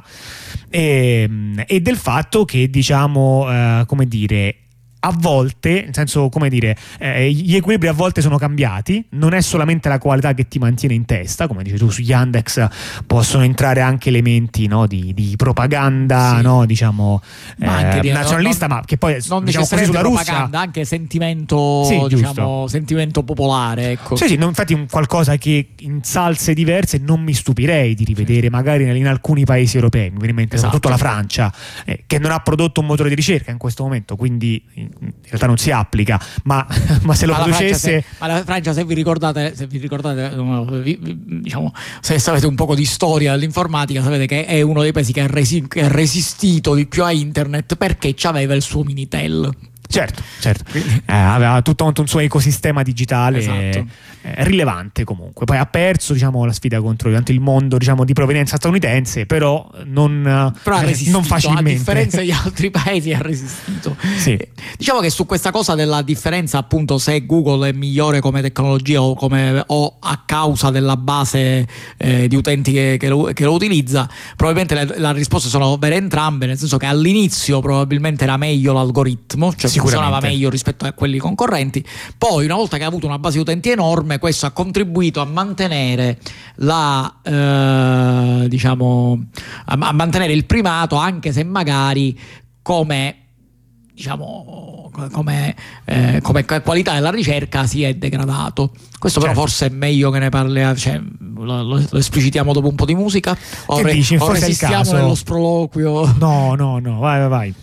Speaker 2: e, e del fatto che, diciamo, eh, come dire, a volte, nel senso, come dire, eh, gli equilibri a volte sono cambiati, non è solamente la qualità che ti mantiene in testa, come dici tu, su Yandex possono entrare anche elementi, no, di, di propaganda, sì, no, diciamo, ma anche eh, di, nazionalista, non, ma che poi,
Speaker 3: non
Speaker 2: diciamo così, sulla Russia,
Speaker 3: anche sentimento,
Speaker 2: sì,
Speaker 3: diciamo, sentimento popolare, ecco.
Speaker 2: Sì, sì, no, infatti un qualcosa che in salse diverse non mi stupirei di rivedere, sì, magari in alcuni paesi europei, mi viene in mente, esatto, soprattutto la Francia, eh, che non ha prodotto un motore di ricerca in questo momento, quindi in realtà non si applica, ma, ma se lo ma producesse.
Speaker 3: Se, ma la Francia, se vi ricordate, se vi ricordate, diciamo, se sapete un poco di storia dell'informatica, sapete che è uno dei paesi che ha, resi- che ha resistito di più a internet perché c'aveva il suo Minitel.
Speaker 2: Certo, certo. Eh, aveva tutto un suo ecosistema digitale,
Speaker 3: Esatto.
Speaker 2: eh, rilevante comunque. Poi ha perso, diciamo, la sfida contro il mondo, diciamo, di provenienza statunitense, però non,
Speaker 3: Però ha
Speaker 2: eh,
Speaker 3: resistito,
Speaker 2: non facilmente.
Speaker 3: a differenza di altri paesi ha resistito.
Speaker 2: Sì.
Speaker 3: Diciamo che su questa cosa della differenza, appunto, se Google è migliore come tecnologia o, come, o a causa della base eh, di utenti che, che, lo, che lo utilizza, probabilmente le, la risposta sono vere entrambe, nel senso che all'inizio probabilmente era meglio l'algoritmo, cioè funzionava meglio rispetto a quelli concorrenti. Poi, una volta che ha avuto una base di utenti enorme, questo ha contribuito a mantenere la eh, diciamo a, a mantenere il primato, anche se magari come diciamo come, eh, come qualità della ricerca si è degradato. Questo però
Speaker 2: certo.
Speaker 3: forse è meglio che ne parli, cioè, lo, lo, lo esplicitiamo dopo un po' di musica o,
Speaker 2: Che
Speaker 3: re,
Speaker 2: dici?
Speaker 3: o
Speaker 2: Forse è il
Speaker 3: resistiamo
Speaker 2: caso.
Speaker 3: nello sproloquio?
Speaker 2: No, no, no, vai, vai, vai.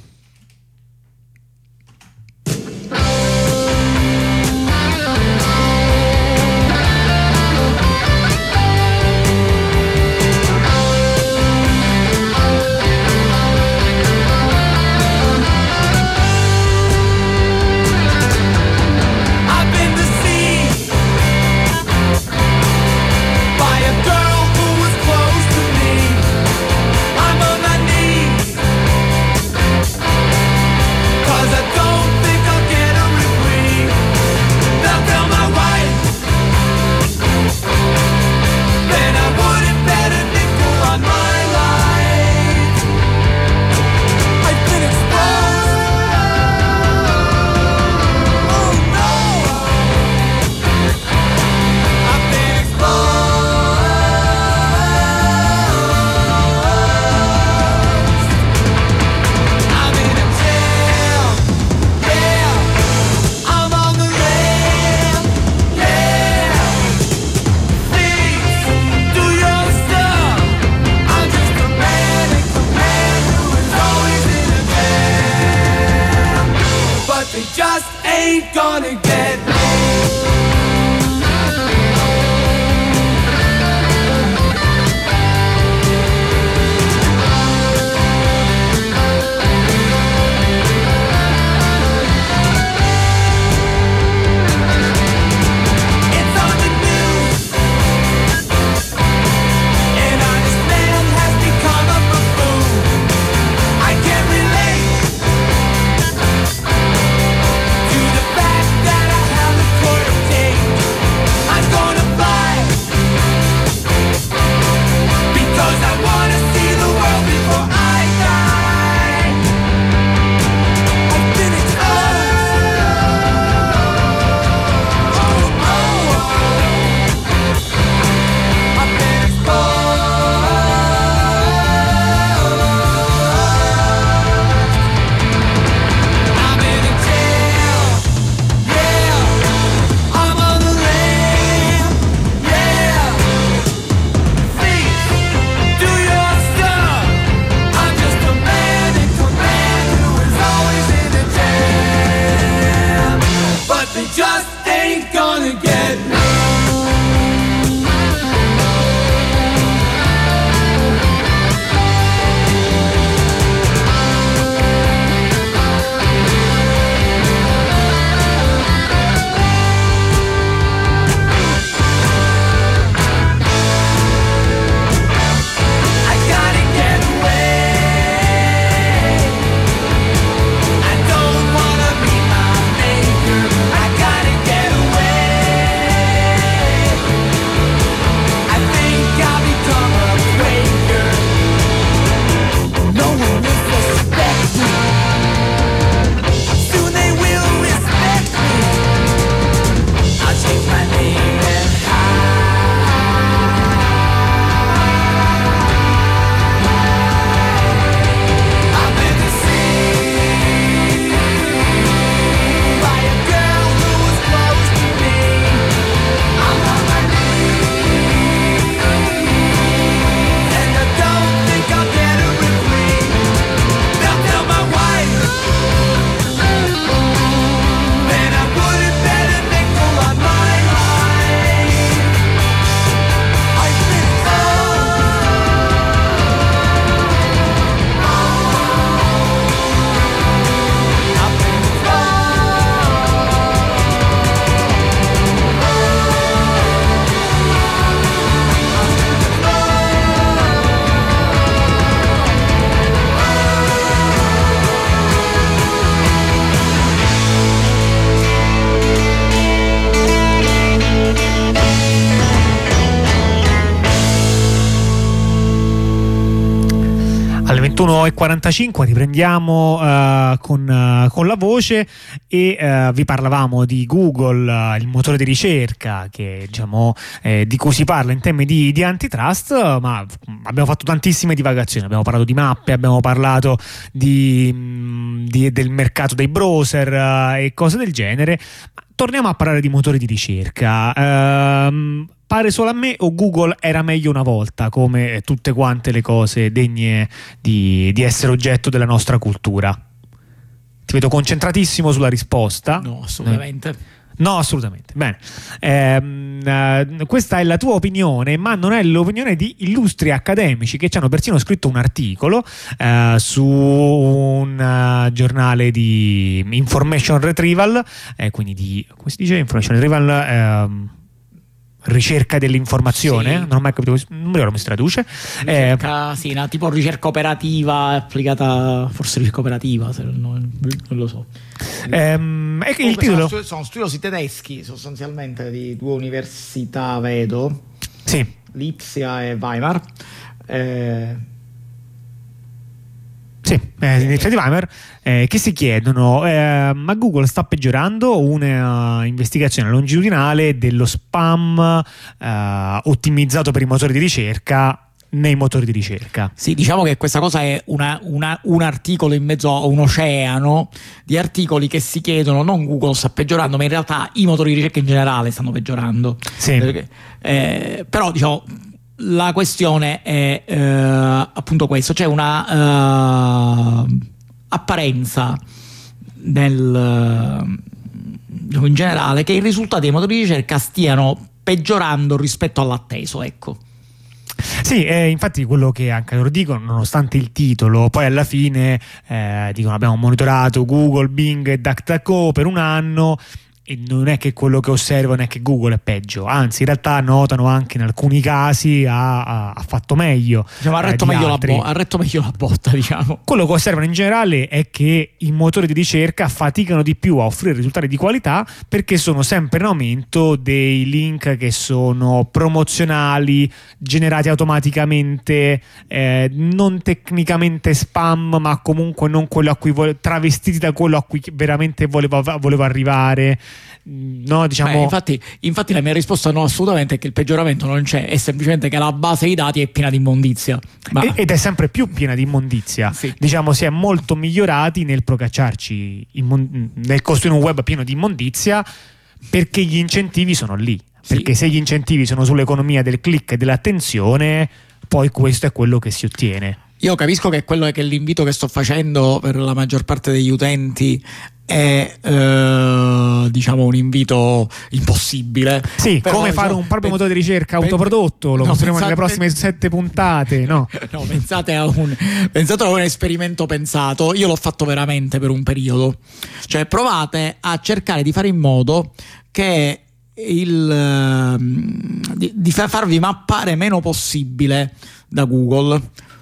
Speaker 4: I'm on my knees
Speaker 2: ventuno e quarantacinque riprendiamo uh, con, uh, con la voce e uh, vi parlavamo di Google, uh, il motore di ricerca che, diciamo, eh, di cui si parla in temi di, di antitrust, ma abbiamo fatto tantissime divagazioni, abbiamo parlato di mappe, abbiamo parlato di, di, del mercato dei browser uh, e cose del genere. Torniamo a parlare di motori di ricerca. Uh, Pare solo a me o Google era meglio una volta, come tutte quante le cose degne di, di essere oggetto della nostra cultura? Ti vedo concentratissimo sulla risposta.
Speaker 3: No, assolutamente.
Speaker 2: Eh. No, assolutamente. Bene. Eh, uh, questa è la tua opinione, ma non è l'opinione di illustri accademici che ci hanno persino scritto un articolo uh, su un uh, giornale di information retrieval, eh, quindi di, come si dice? Information retrieval... Uh, ricerca dell'informazione, sì. Non ho mai capito, non mi ricordo come si traduce.
Speaker 3: Ricerca, eh, sì, una tipo ricerca operativa applicata, forse ricerca operativa, se non, non lo so.
Speaker 2: Ehm, è che il titolo
Speaker 3: sono, sono studiosi tedeschi sostanzialmente di due università, vedo.
Speaker 2: Sì.
Speaker 3: Lipsia e Weimar. Eh,
Speaker 2: Sì, eh, di Weimar, eh, che si chiedono eh, ma Google sta peggiorando una uh, investigazione longitudinale dello spam uh, ottimizzato per i motori di ricerca nei motori di ricerca.
Speaker 3: Sì, diciamo che questa cosa è una, una, un articolo in mezzo a un oceano di articoli che si chiedono non Google sta peggiorando, ma in realtà i motori di ricerca in generale stanno peggiorando.
Speaker 2: Sì.
Speaker 3: Perché, eh, però diciamo la questione è eh, appunto questo, c'è una uh, apparenza nel, uh, in generale che i risultati dei motori di ricerca stiano peggiorando rispetto all'atteso, ecco.
Speaker 2: Sì, eh, infatti quello che anche loro dicono, nonostante il titolo, poi alla fine eh, dicono abbiamo monitorato Google, Bing e DuckDuckGo per un anno e non è che quello che osservano è che Google è peggio, anzi in realtà notano anche in alcuni casi ha, ha, ha fatto meglio,
Speaker 3: diciamo, ha, retto
Speaker 2: eh,
Speaker 3: meglio
Speaker 2: la bo-
Speaker 3: ha retto meglio la botta, diciamo.
Speaker 2: Quello che osservano in generale è che i motori di ricerca faticano di più a offrire risultati di qualità perché sono sempre in aumento dei link che sono promozionali, generati automaticamente, eh, non tecnicamente spam, ma comunque non quello a cui vo- travestiti da quello a cui veramente volevo, volevo arrivare. No, diciamo.
Speaker 3: Beh, infatti, infatti la mia risposta no, assolutamente, è che il peggioramento non c'è, è semplicemente che la base dei dati è piena di immondizia. Ma...
Speaker 2: ed è sempre più piena di immondizia.
Speaker 3: Sì.
Speaker 2: Diciamo, si è molto migliorati nel procacciarci immon- nel costruire un web pieno di immondizia perché gli incentivi sono lì.
Speaker 3: Sì.
Speaker 2: Perché se gli incentivi sono sull'economia del click e dell'attenzione, poi questo è quello che si ottiene.
Speaker 3: Io capisco che quello è che l'invito che sto facendo per la maggior parte degli utenti è eh, diciamo un invito impossibile.
Speaker 2: Sì,
Speaker 3: però,
Speaker 2: come fare
Speaker 3: diciamo,
Speaker 2: un proprio
Speaker 3: pen-
Speaker 2: motore di ricerca
Speaker 3: pen-
Speaker 2: autoprodotto, lo
Speaker 3: no,
Speaker 2: mostreremo nelle
Speaker 3: pensate-
Speaker 2: prossime sette puntate, no?
Speaker 3: No, pensate a un pensate a un esperimento pensato. Io l'ho fatto veramente per un periodo. Cioè provate a cercare di fare in modo che il di, di farvi mappare meno possibile da Google.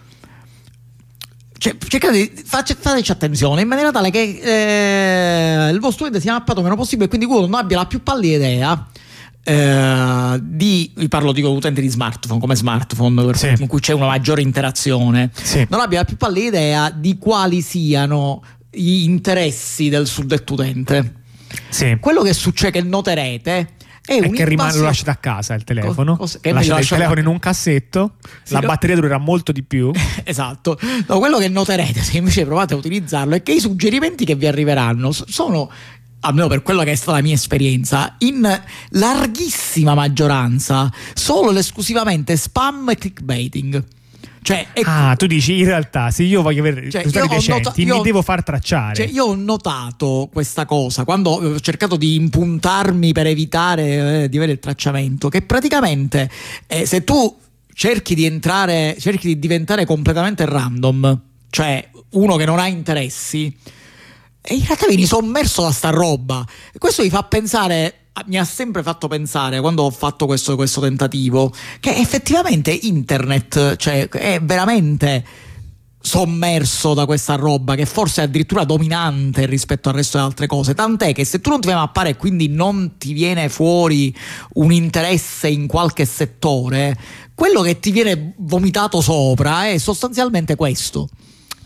Speaker 3: Cioè, cercate di faccia, fateci attenzione in maniera tale che eh, il vostro utente sia mappato meno possibile e quindi Google non abbia la più pallida idea eh, di, vi parlo di utenti di smartphone come smartphone per
Speaker 2: sì.
Speaker 3: in cui c'è una maggiore interazione,
Speaker 2: sì.
Speaker 3: non abbia la più pallida idea di quali siano gli interessi del suddetto utente.
Speaker 2: Sì.
Speaker 3: Quello che succede, che noterete, è,
Speaker 2: è
Speaker 3: un
Speaker 2: che rimane, lo
Speaker 3: invaso-
Speaker 2: lasciate a casa il telefono,
Speaker 3: Cosa- che
Speaker 2: lasciate il
Speaker 3: lascio-
Speaker 2: telefono in un cassetto,
Speaker 3: Sì,
Speaker 2: la
Speaker 3: no?
Speaker 2: batteria durerà molto di più.
Speaker 3: Esatto. No, quello che noterete se invece provate a utilizzarlo è che i suggerimenti che vi arriveranno s- sono, almeno per quello che è stata la mia esperienza, in larghissima maggioranza solo ed esclusivamente spam e clickbaiting. Cioè, è-
Speaker 2: Ah, tu dici in realtà se io voglio avere
Speaker 3: Cioè,
Speaker 2: risultati
Speaker 3: io ho
Speaker 2: decenti
Speaker 3: nota- io-
Speaker 2: mi devo far tracciare.
Speaker 3: Cioè, io ho notato questa cosa quando ho cercato di impuntarmi per evitare eh, di avere il tracciamento, che praticamente eh, se tu cerchi di entrare, cerchi di diventare completamente random, cioè uno che non ha interessi, e in realtà vieni sommerso da sta roba. E questo mi fa pensare, mi ha sempre fatto pensare, quando ho fatto questo, questo tentativo, che effettivamente internet, cioè, è veramente sommerso da questa roba, che forse è addirittura dominante rispetto al resto delle altre cose, tant'è che se tu non ti vai a mappare e quindi non ti viene fuori un interesse in qualche settore, quello che ti viene vomitato sopra è sostanzialmente questo.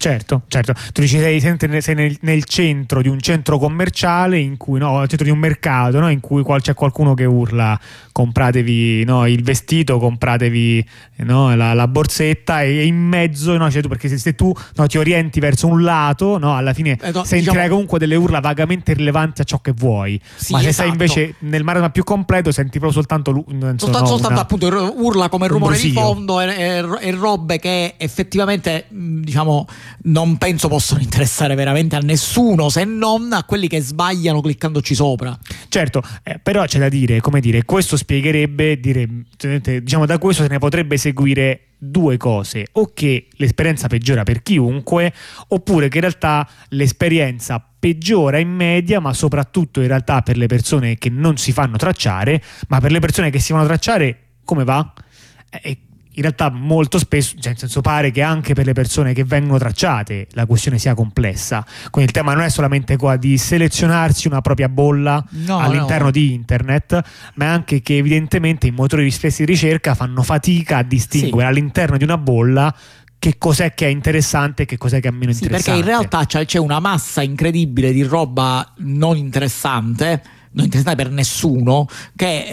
Speaker 2: Certo, certo. Tu dici sei, sei nel, nel centro di un centro commerciale in cui, no, nel centro di un mercato, no, in cui qual, c'è qualcuno che urla compratevi, no, il vestito, compratevi, no, la, la borsetta, e in mezzo, no, cioè tu, perché se, se tu, no, ti orienti verso un lato, no, alla fine
Speaker 3: eh, no,
Speaker 2: sentirai
Speaker 3: diciamo,
Speaker 2: comunque delle urla vagamente rilevanti a ciò che vuoi,
Speaker 3: sì,
Speaker 2: ma se
Speaker 3: esatto.
Speaker 2: sei invece nel marasma più completo senti proprio soltanto,
Speaker 3: soltanto,
Speaker 2: no,
Speaker 3: soltanto
Speaker 2: una,
Speaker 3: appunto urla come rumore di
Speaker 2: brusio.
Speaker 3: fondo e, e, e robe che effettivamente, diciamo, non penso possano interessare veramente a nessuno, se non a quelli che sbagliano cliccandoci sopra.
Speaker 2: Certo, eh, però c'è da dire, come dire, questo spiegherebbe, dire, diciamo, da questo se ne potrebbe seguire due cose: o che l'esperienza peggiora per chiunque, oppure che in realtà l'esperienza peggiora in media, ma soprattutto in realtà per le persone che non si fanno tracciare. Ma per le persone che si fanno tracciare come va? Eh, in realtà molto spesso, cioè nel senso, pare che anche per le persone che vengono tracciate la questione sia complessa, quindi il tema non è solamente qua di selezionarsi una propria bolla
Speaker 3: no,
Speaker 2: all'interno
Speaker 3: no.
Speaker 2: di internet, ma anche che evidentemente i motori stessi di ricerca fanno fatica a distinguere, sì, all'interno di una bolla che cos'è che è interessante e che cos'è che è meno
Speaker 3: sì,
Speaker 2: interessante.
Speaker 3: Perché in realtà c'è, c'è una massa incredibile di roba non interessante, non interessante per nessuno, che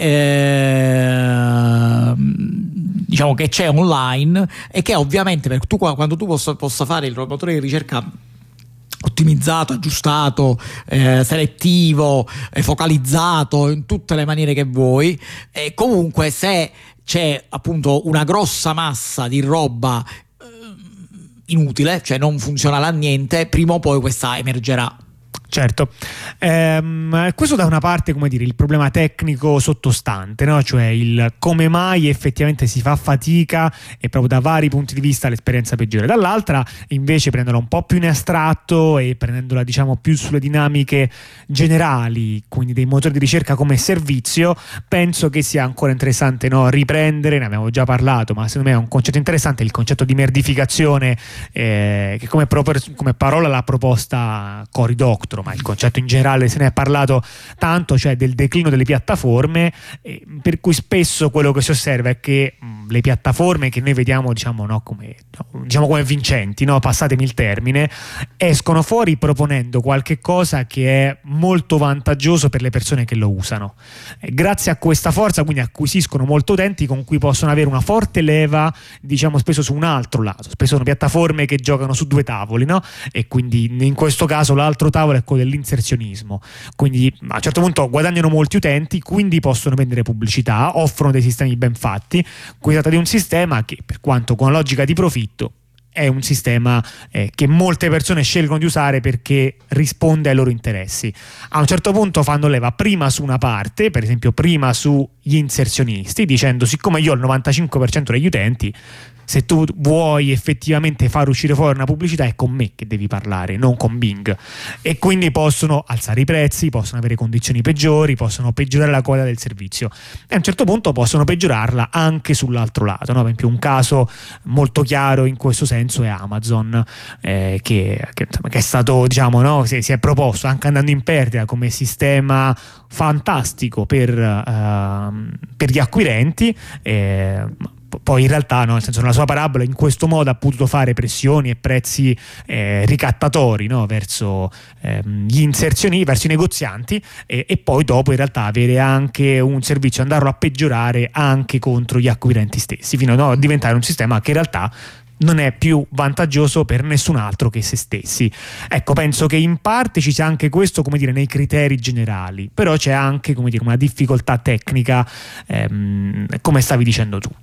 Speaker 3: eh, diciamo che c'è online, e che ovviamente per tu, quando tu possa, possa fare il motore di ricerca ottimizzato, aggiustato, eh, selettivo, eh, focalizzato in tutte le maniere che vuoi, e comunque se c'è appunto una grossa massa di roba eh, inutile, cioè non funzionale a niente, prima o poi questa emergerà.
Speaker 2: Certo, ehm, questo da una parte, come dire, il problema tecnico sottostante, no? Cioè il come mai effettivamente si fa fatica e proprio da vari punti di vista l'esperienza peggiore. Dall'altra invece, prendendola un po' più in astratto e prendendola, diciamo, più sulle dinamiche generali, quindi dei motori di ricerca come servizio, penso che sia ancora interessante, no, riprendere, ne abbiamo già parlato, ma secondo me è un concetto interessante, il concetto di merdificazione, eh, che come, proprio, come parola l'ha proposta Cory Doctorow, ma il concetto in generale se ne è parlato tanto, cioè del declino delle piattaforme, eh, per cui spesso quello che si osserva è che mh, le piattaforme che noi vediamo, diciamo, no, come, no, diciamo come vincenti, no, passatemi il termine, escono fuori proponendo qualche cosa che è molto vantaggioso per le persone che lo usano. Eh, grazie a questa forza quindi acquisiscono molto utenti con cui possono avere una forte leva, diciamo, spesso su un altro lato. Spesso sono piattaforme che giocano su due tavoli, no? E quindi in questo caso l'altro tavolo è dell'inserzionismo, quindi a un certo punto guadagnano molti utenti, quindi possono vendere pubblicità, offrono dei sistemi ben fatti. Qui si tratta di un sistema che, per quanto con logica di profitto, è un sistema eh, che molte persone scelgono di usare perché risponde ai loro interessi. A un certo punto fanno leva prima su una parte, per esempio prima sugli inserzionisti, dicendo: siccome io ho il novantacinque per cento degli utenti, se tu vuoi effettivamente far uscire fuori una pubblicità è con me che devi parlare, non con Bing. E quindi possono alzare i prezzi, possono avere condizioni peggiori, possono peggiorare la qualità del servizio, e a un certo punto possono peggiorarla anche sull'altro lato, no? Per esempio un caso molto chiaro in questo senso è Amazon, eh, che, che, che è stato, diciamo, no? si, si è proposto anche andando in perdita come sistema fantastico per, uh, per gli acquirenti, eh, poi in realtà, no, nel senso, nella sua parabola in questo modo ha potuto fare pressioni e prezzi eh, ricattatori, no, verso ehm, gli inserzioni, verso i negozianti, e, e poi dopo in realtà avere anche un servizio, andarlo a peggiorare anche contro gli acquirenti stessi, fino, no, a diventare un sistema che in realtà non è più vantaggioso per nessun altro che se stessi. Ecco, penso che in parte ci sia anche questo, come dire, nei criteri generali, però c'è anche, come dire, una difficoltà tecnica, ehm, come stavi dicendo tu.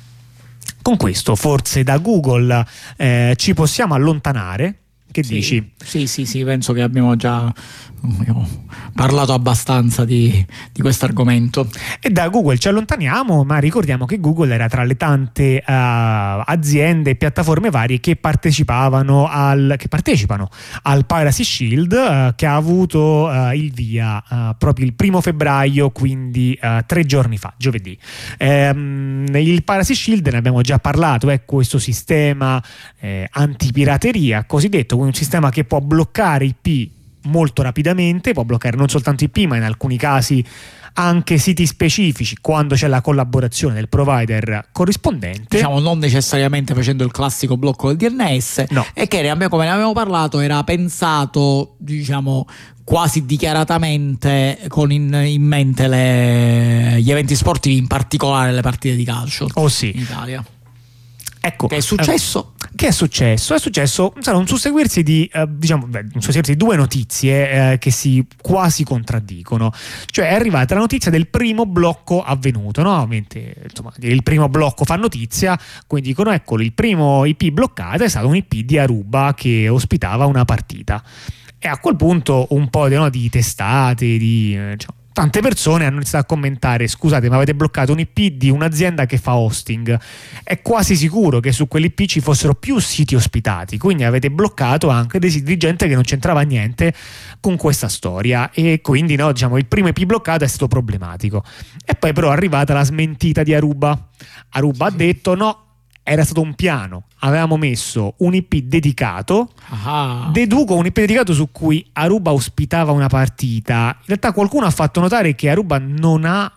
Speaker 2: Con questo forse da Google eh, ci possiamo allontanare. Che
Speaker 3: sì,
Speaker 2: dici?
Speaker 3: Sì, sì, sì, penso che abbiamo già abbiamo parlato abbastanza di, di questo argomento.
Speaker 2: E da Google ci allontaniamo, ma ricordiamo che Google era tra le tante uh, aziende e piattaforme varie che partecipavano al che partecipano al Piracy Shield, uh, che ha avuto uh, il via uh, proprio il primo febbraio, quindi uh, tre giorni fa, giovedì. Um, il Piracy Shield, ne abbiamo già parlato, è questo sistema eh, antipirateria cosiddetto, un sistema che può bloccare I P molto rapidamente, può bloccare non soltanto I P ma in alcuni casi anche siti specifici quando c'è la collaborazione del provider corrispondente,
Speaker 3: diciamo non necessariamente facendo il classico blocco del D N S,
Speaker 2: no.
Speaker 3: E che come ne abbiamo parlato era pensato, diciamo, quasi dichiaratamente con in, in mente le, gli eventi sportivi, in particolare le partite di calcio
Speaker 2: oh sì.
Speaker 3: in Italia.
Speaker 2: Ecco,
Speaker 3: che è successo?
Speaker 2: Eh, che è successo? È successo sarà un susseguirsi di eh, diciamo beh, un susseguirsi di due notizie eh, che si quasi contraddicono. Cioè è arrivata la notizia del primo blocco avvenuto, no? Ovviamente, insomma, il primo blocco fa notizia, quindi dicono eccolo, il primo I P bloccato è stato un I P di Aruba che ospitava una partita. E a quel punto un po' di, no, di testate, di eh, diciamo, tante persone hanno iniziato a commentare: scusate, ma avete bloccato un I P di un'azienda che fa hosting, è quasi sicuro che su quell'I P ci fossero più siti ospitati, quindi avete bloccato anche dei siti di gente che non c'entrava niente con questa storia, e quindi no, diciamo, il primo I P bloccato è stato problematico. E poi però è arrivata la smentita di Aruba. Aruba sì. ha detto no, era stato un piano, avevamo messo un I P dedicato, ah. deduco un I P dedicato su cui Aruba ospitava una partita. In realtà qualcuno ha fatto notare che Aruba non ha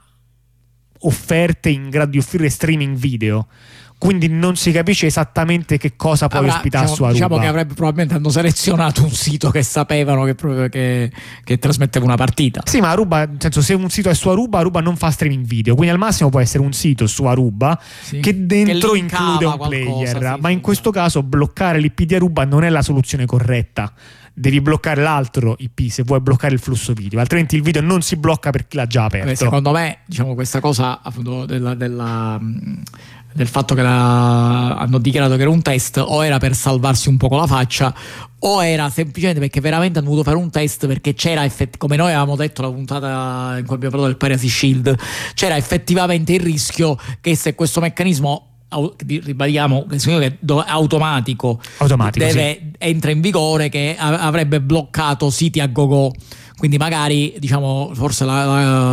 Speaker 2: offerte in grado di offrire streaming video, quindi non si capisce esattamente che cosa poi
Speaker 3: Avrà,
Speaker 2: ospitare
Speaker 3: diciamo,
Speaker 2: su Aruba.
Speaker 3: Diciamo che avrebbe probabilmente hanno selezionato un sito che sapevano che, che, che trasmetteva una partita.
Speaker 2: Sì, ma Aruba, nel senso, se un sito è su Aruba, Aruba non fa streaming video, quindi al massimo può essere un sito su Aruba sì. che dentro che include un player, qualcosa, sì, ma in questo caso bloccare l'I P di Aruba non è la soluzione corretta. Devi bloccare l'altro I P se vuoi bloccare il flusso video, altrimenti il video non si blocca per chi l'ha già aperto.
Speaker 3: Beh, secondo me, diciamo, questa cosa appunto della, della del fatto che la, hanno dichiarato che era un test, o era per salvarsi un poco la faccia, o era semplicemente perché veramente hanno voluto fare un test, perché c'era effetti, come noi avevamo detto la puntata in cui abbiamo parlato del Piracy Shield, c'era effettivamente il rischio che se questo meccanismo, ribadiamo, che automatico,
Speaker 2: automatico
Speaker 3: deve,
Speaker 2: sì.
Speaker 3: entra in vigore, che avrebbe bloccato siti a go-go. Quindi magari, diciamo, forse la,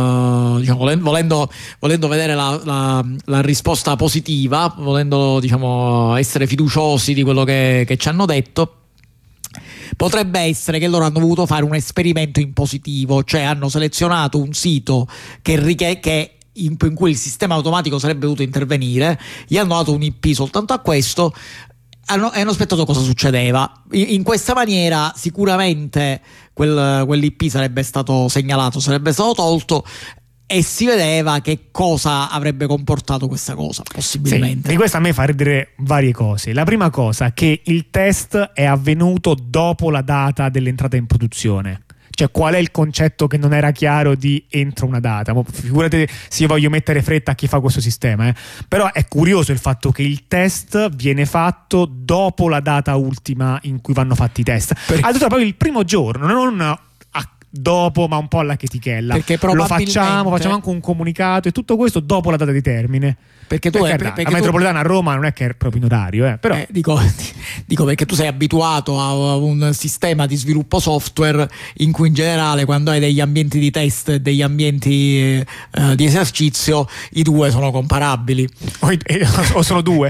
Speaker 3: la, diciamo, volendo, volendo vedere la, la, la risposta positiva, volendo, diciamo, essere fiduciosi di quello che, che ci hanno detto, potrebbe essere che loro hanno voluto fare un esperimento in positivo, cioè hanno selezionato un sito che, richie- che in, in cui il sistema automatico sarebbe dovuto intervenire, gli hanno dato un I P soltanto a questo, hanno, hanno aspettato cosa succedeva. In, in questa maniera sicuramente quel, quell'I P sarebbe stato segnalato, sarebbe stato tolto, e si vedeva che cosa avrebbe comportato questa cosa, possibilmente.
Speaker 2: Sì, di questo a me fa ridere varie cose. La prima cosa, che il test è avvenuto dopo la data dell'entrata in produzione. Cioè, qual è il concetto che non era chiaro di entro una data? Ma figurate se io voglio mettere fretta a chi fa questo sistema, eh. Però è curioso il fatto che il test viene fatto dopo la data ultima in cui vanno fatti i test. Per... addirittura proprio il primo giorno, non a... dopo, ma un po' alla chetichella.
Speaker 3: Perché
Speaker 2: lo facciamo, facciamo anche un comunicato e tutto questo dopo la data di termine.
Speaker 3: Perché tu
Speaker 2: perché,
Speaker 3: è,
Speaker 2: perché
Speaker 3: perché
Speaker 2: la metropolitana
Speaker 3: tu...
Speaker 2: a Roma non è che è proprio in orario, eh, però
Speaker 3: eh, dico, dico perché tu sei abituato a un sistema di sviluppo software in cui in generale quando hai degli ambienti di test e degli ambienti eh, di esercizio i due sono comparabili
Speaker 2: o, o sono due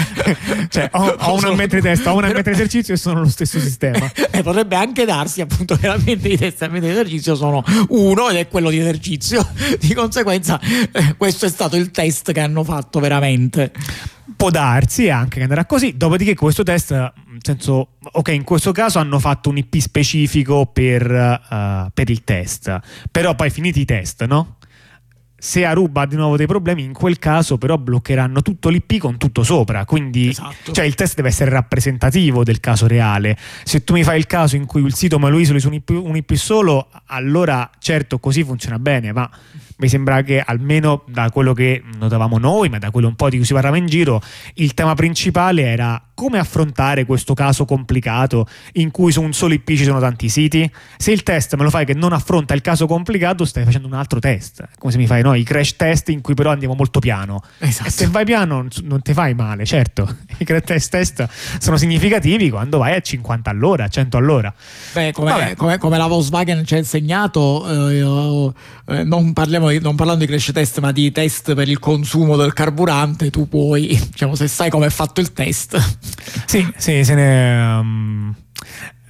Speaker 2: cioè ho, ho un ambiente di test, ho un ambiente di esercizio e sono lo stesso sistema.
Speaker 3: E potrebbe anche darsi appunto che l'ambiente di test e l'ambiente di esercizio sono uno ed è quello di esercizio, di conseguenza eh, questo è stato il test che hanno fatto veramente.
Speaker 2: Può darsi anche che andrà così. Dopodiché questo test, nel senso, ok, in questo caso hanno fatto un I P specifico per, uh, per il test, però poi finiti i test, no? Se Aruba ha di nuovo dei problemi, in quel caso però bloccheranno tutto l'I P con tutto sopra, quindi
Speaker 3: esatto.
Speaker 2: Cioè il test deve essere rappresentativo del caso reale. Se tu mi fai il caso in cui il sito me lo isoli su un I P, un I P solo, allora certo così funziona bene, ma mi sembra che almeno da quello che notavamo noi, ma da quello un po' di cui si parlava in giro, il tema principale era come affrontare questo caso complicato in cui su un solo I P ci sono tanti siti. Se il test me lo fai che non affronta il caso complicato, stai facendo un altro test, come se mi fai no, i crash test in cui però andiamo molto piano.
Speaker 3: Esatto.
Speaker 2: E se vai piano non ti fai male, certo. I crash test, test sono significativi quando vai a cinquanta all'ora, a cento all'ora.
Speaker 3: Beh, come, come, come la Volkswagen ci ha insegnato, eh, eh, non parliamo di, non parlando di crash test ma di test per il consumo del carburante, tu puoi, diciamo, se sai come è fatto il test.
Speaker 2: Sì, sì, se ne um,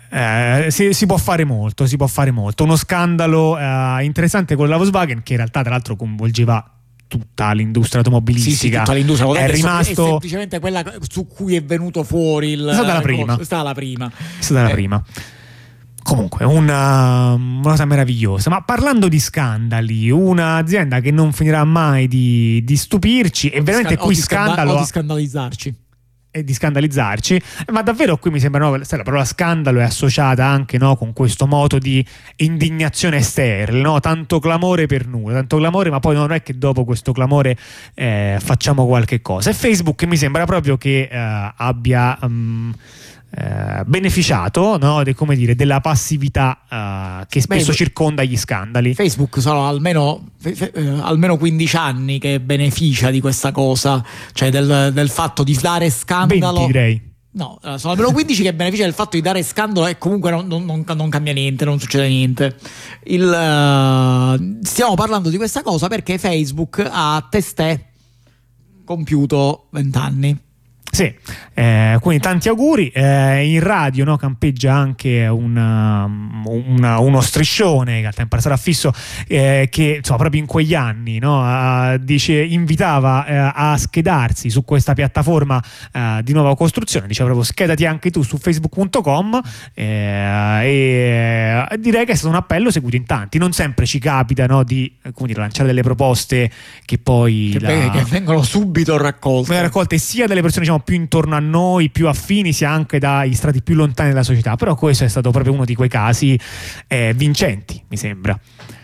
Speaker 2: Eh, si, si può fare molto, si può fare molto. Uno scandalo eh, interessante con la Volkswagen, che in realtà tra l'altro coinvolgeva tutta l'industria automobilistica.
Speaker 3: Sì, sì, tutta l'industria
Speaker 2: è rimasto
Speaker 3: è semplicemente quella su cui è venuto fuori il
Speaker 2: è stata la prima.
Speaker 3: È stata la prima.
Speaker 2: È stata la
Speaker 3: eh.
Speaker 2: prima. Comunque, una, una cosa meravigliosa. Ma parlando di scandali, un'azienda che non finirà mai di, di stupirci, e veramente
Speaker 3: Scan-
Speaker 2: qui
Speaker 3: o di scanda-
Speaker 2: scandalo
Speaker 3: o di scandalizzarci.
Speaker 2: E di scandalizzarci, ma davvero qui mi sembra, no, la parola scandalo è associata anche, no, con questo moto di indignazione sterile, no? Tanto clamore per nulla, tanto clamore, ma poi non è che dopo questo clamore eh, facciamo qualche cosa. E Facebook mi sembra proprio che eh, abbia um, eh, beneficiato, no, de, come dire, della passività uh, che spesso Beh, circonda gli scandali.
Speaker 3: Facebook sono almeno, eh, almeno quindici anni che beneficia di questa cosa, cioè del, del fatto di dare scandalo.
Speaker 2: venti direi.
Speaker 3: No, sono almeno quindici che beneficia del fatto di dare scandalo e comunque non, non, non cambia niente, non succede niente. Il, uh, stiamo parlando di questa cosa perché Facebook ha testè compiuto venti anni.
Speaker 2: Sì, eh, quindi tanti auguri. Eh, in radio, no, campeggia anche una, una, uno striscione che al tempo sarà fisso, eh, che insomma proprio in quegli anni, no, uh, dice, invitava uh, a schedarsi su questa piattaforma uh, di nuova costruzione, diceva proprio schedati anche tu su facebook punto com, eh, e uh, direi che è stato un appello seguito in tanti. Non sempre ci capita, no, di come dire, lanciare delle proposte che poi
Speaker 3: che,
Speaker 2: la...
Speaker 3: che vengono subito raccolte
Speaker 2: raccolte sia dalle persone, diciamo, più intorno a noi, più affini, sia anche dai strati più lontani della società. Però questo è stato proprio uno di quei casi eh, vincenti, mi sembra.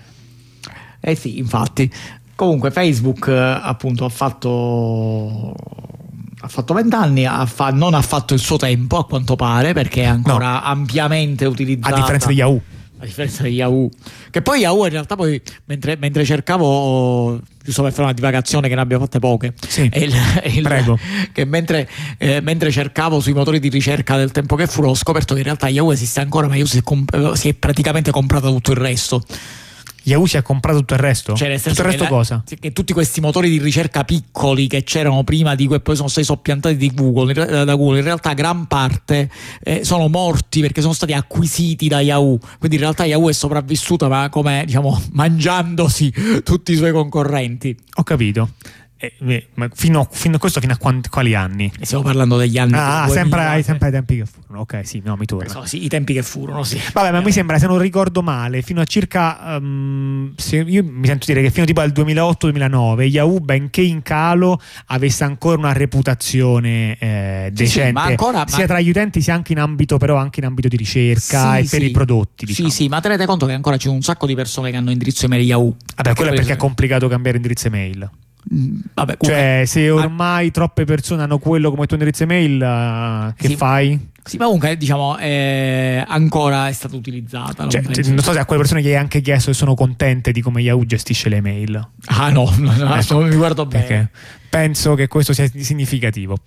Speaker 3: Eh sì, infatti. Comunque Facebook appunto ha fatto ha fatto vent'anni, ha fa- non ha fatto il suo tempo a quanto pare, perché è ancora no. ampiamente utilizzata,
Speaker 2: a differenza di Yahoo.
Speaker 3: A differenza di Yahoo, che poi Yahoo in realtà poi mentre, mentre cercavo, giusto per fare una divagazione che ne abbia fatte poche,
Speaker 2: sì,
Speaker 3: il, il,
Speaker 2: prego.
Speaker 3: Che mentre, eh, mentre cercavo sui motori di ricerca del tempo che fu, ho scoperto che in realtà Yahoo esiste ancora, ma Yahoo si è, comp- si è praticamente comprato tutto il resto.
Speaker 2: Yahoo si è comprato tutto il resto?
Speaker 3: Cioè, nel senso
Speaker 2: tutto il resto
Speaker 3: che
Speaker 2: cosa?
Speaker 3: La, che tutti questi motori di ricerca piccoli che c'erano prima di que- poi sono stati soppiantati di Google, da Google, in realtà gran parte eh, sono morti perché sono stati acquisiti da Yahoo. Quindi in realtà Yahoo è sopravvissuta, ma come, diciamo, mangiandosi tutti i suoi concorrenti.
Speaker 2: Ho capito. Eh, ma fino, fino a questo fino a quanti, quali anni?
Speaker 3: Stiamo parlando degli anni
Speaker 2: ah sempre ai, sempre ai tempi che furono. Ok, sì, no, mi torna.
Speaker 3: So, sì, i tempi che furono, sì.
Speaker 2: Vabbè, ma mi sembra, se non ricordo male, fino a circa um, se io mi sento dire che fino tipo al duemilaotto duemilanove Yahoo, benché in calo, avesse ancora una reputazione eh, decente,
Speaker 3: sì, sì, ma ancora,
Speaker 2: sia
Speaker 3: ma...
Speaker 2: tra gli utenti sia anche in ambito, però anche in ambito di ricerca, sì, e per sì. i prodotti, diciamo.
Speaker 3: Sì, sì, ma tenete conto che ancora c'è un sacco di persone che hanno indirizzo email Yahoo.
Speaker 2: Vabbè, quello è perché è complicato cambiare indirizzo email.
Speaker 3: Vabbè,
Speaker 2: cioè, se ormai troppe persone hanno quello come tuo indirizzo email, uh, che
Speaker 3: sì.
Speaker 2: fai?
Speaker 3: Sì, ma comunque, diciamo, eh, ancora è stata utilizzata.
Speaker 2: Cioè, non, non so se a quelle persone gli hai anche chiesto se sono contente di come Yahoo gestisce le mail.
Speaker 3: Ah no, no, no,
Speaker 2: ecco,
Speaker 3: non mi guardo bene.
Speaker 2: Perché penso che questo sia significativo.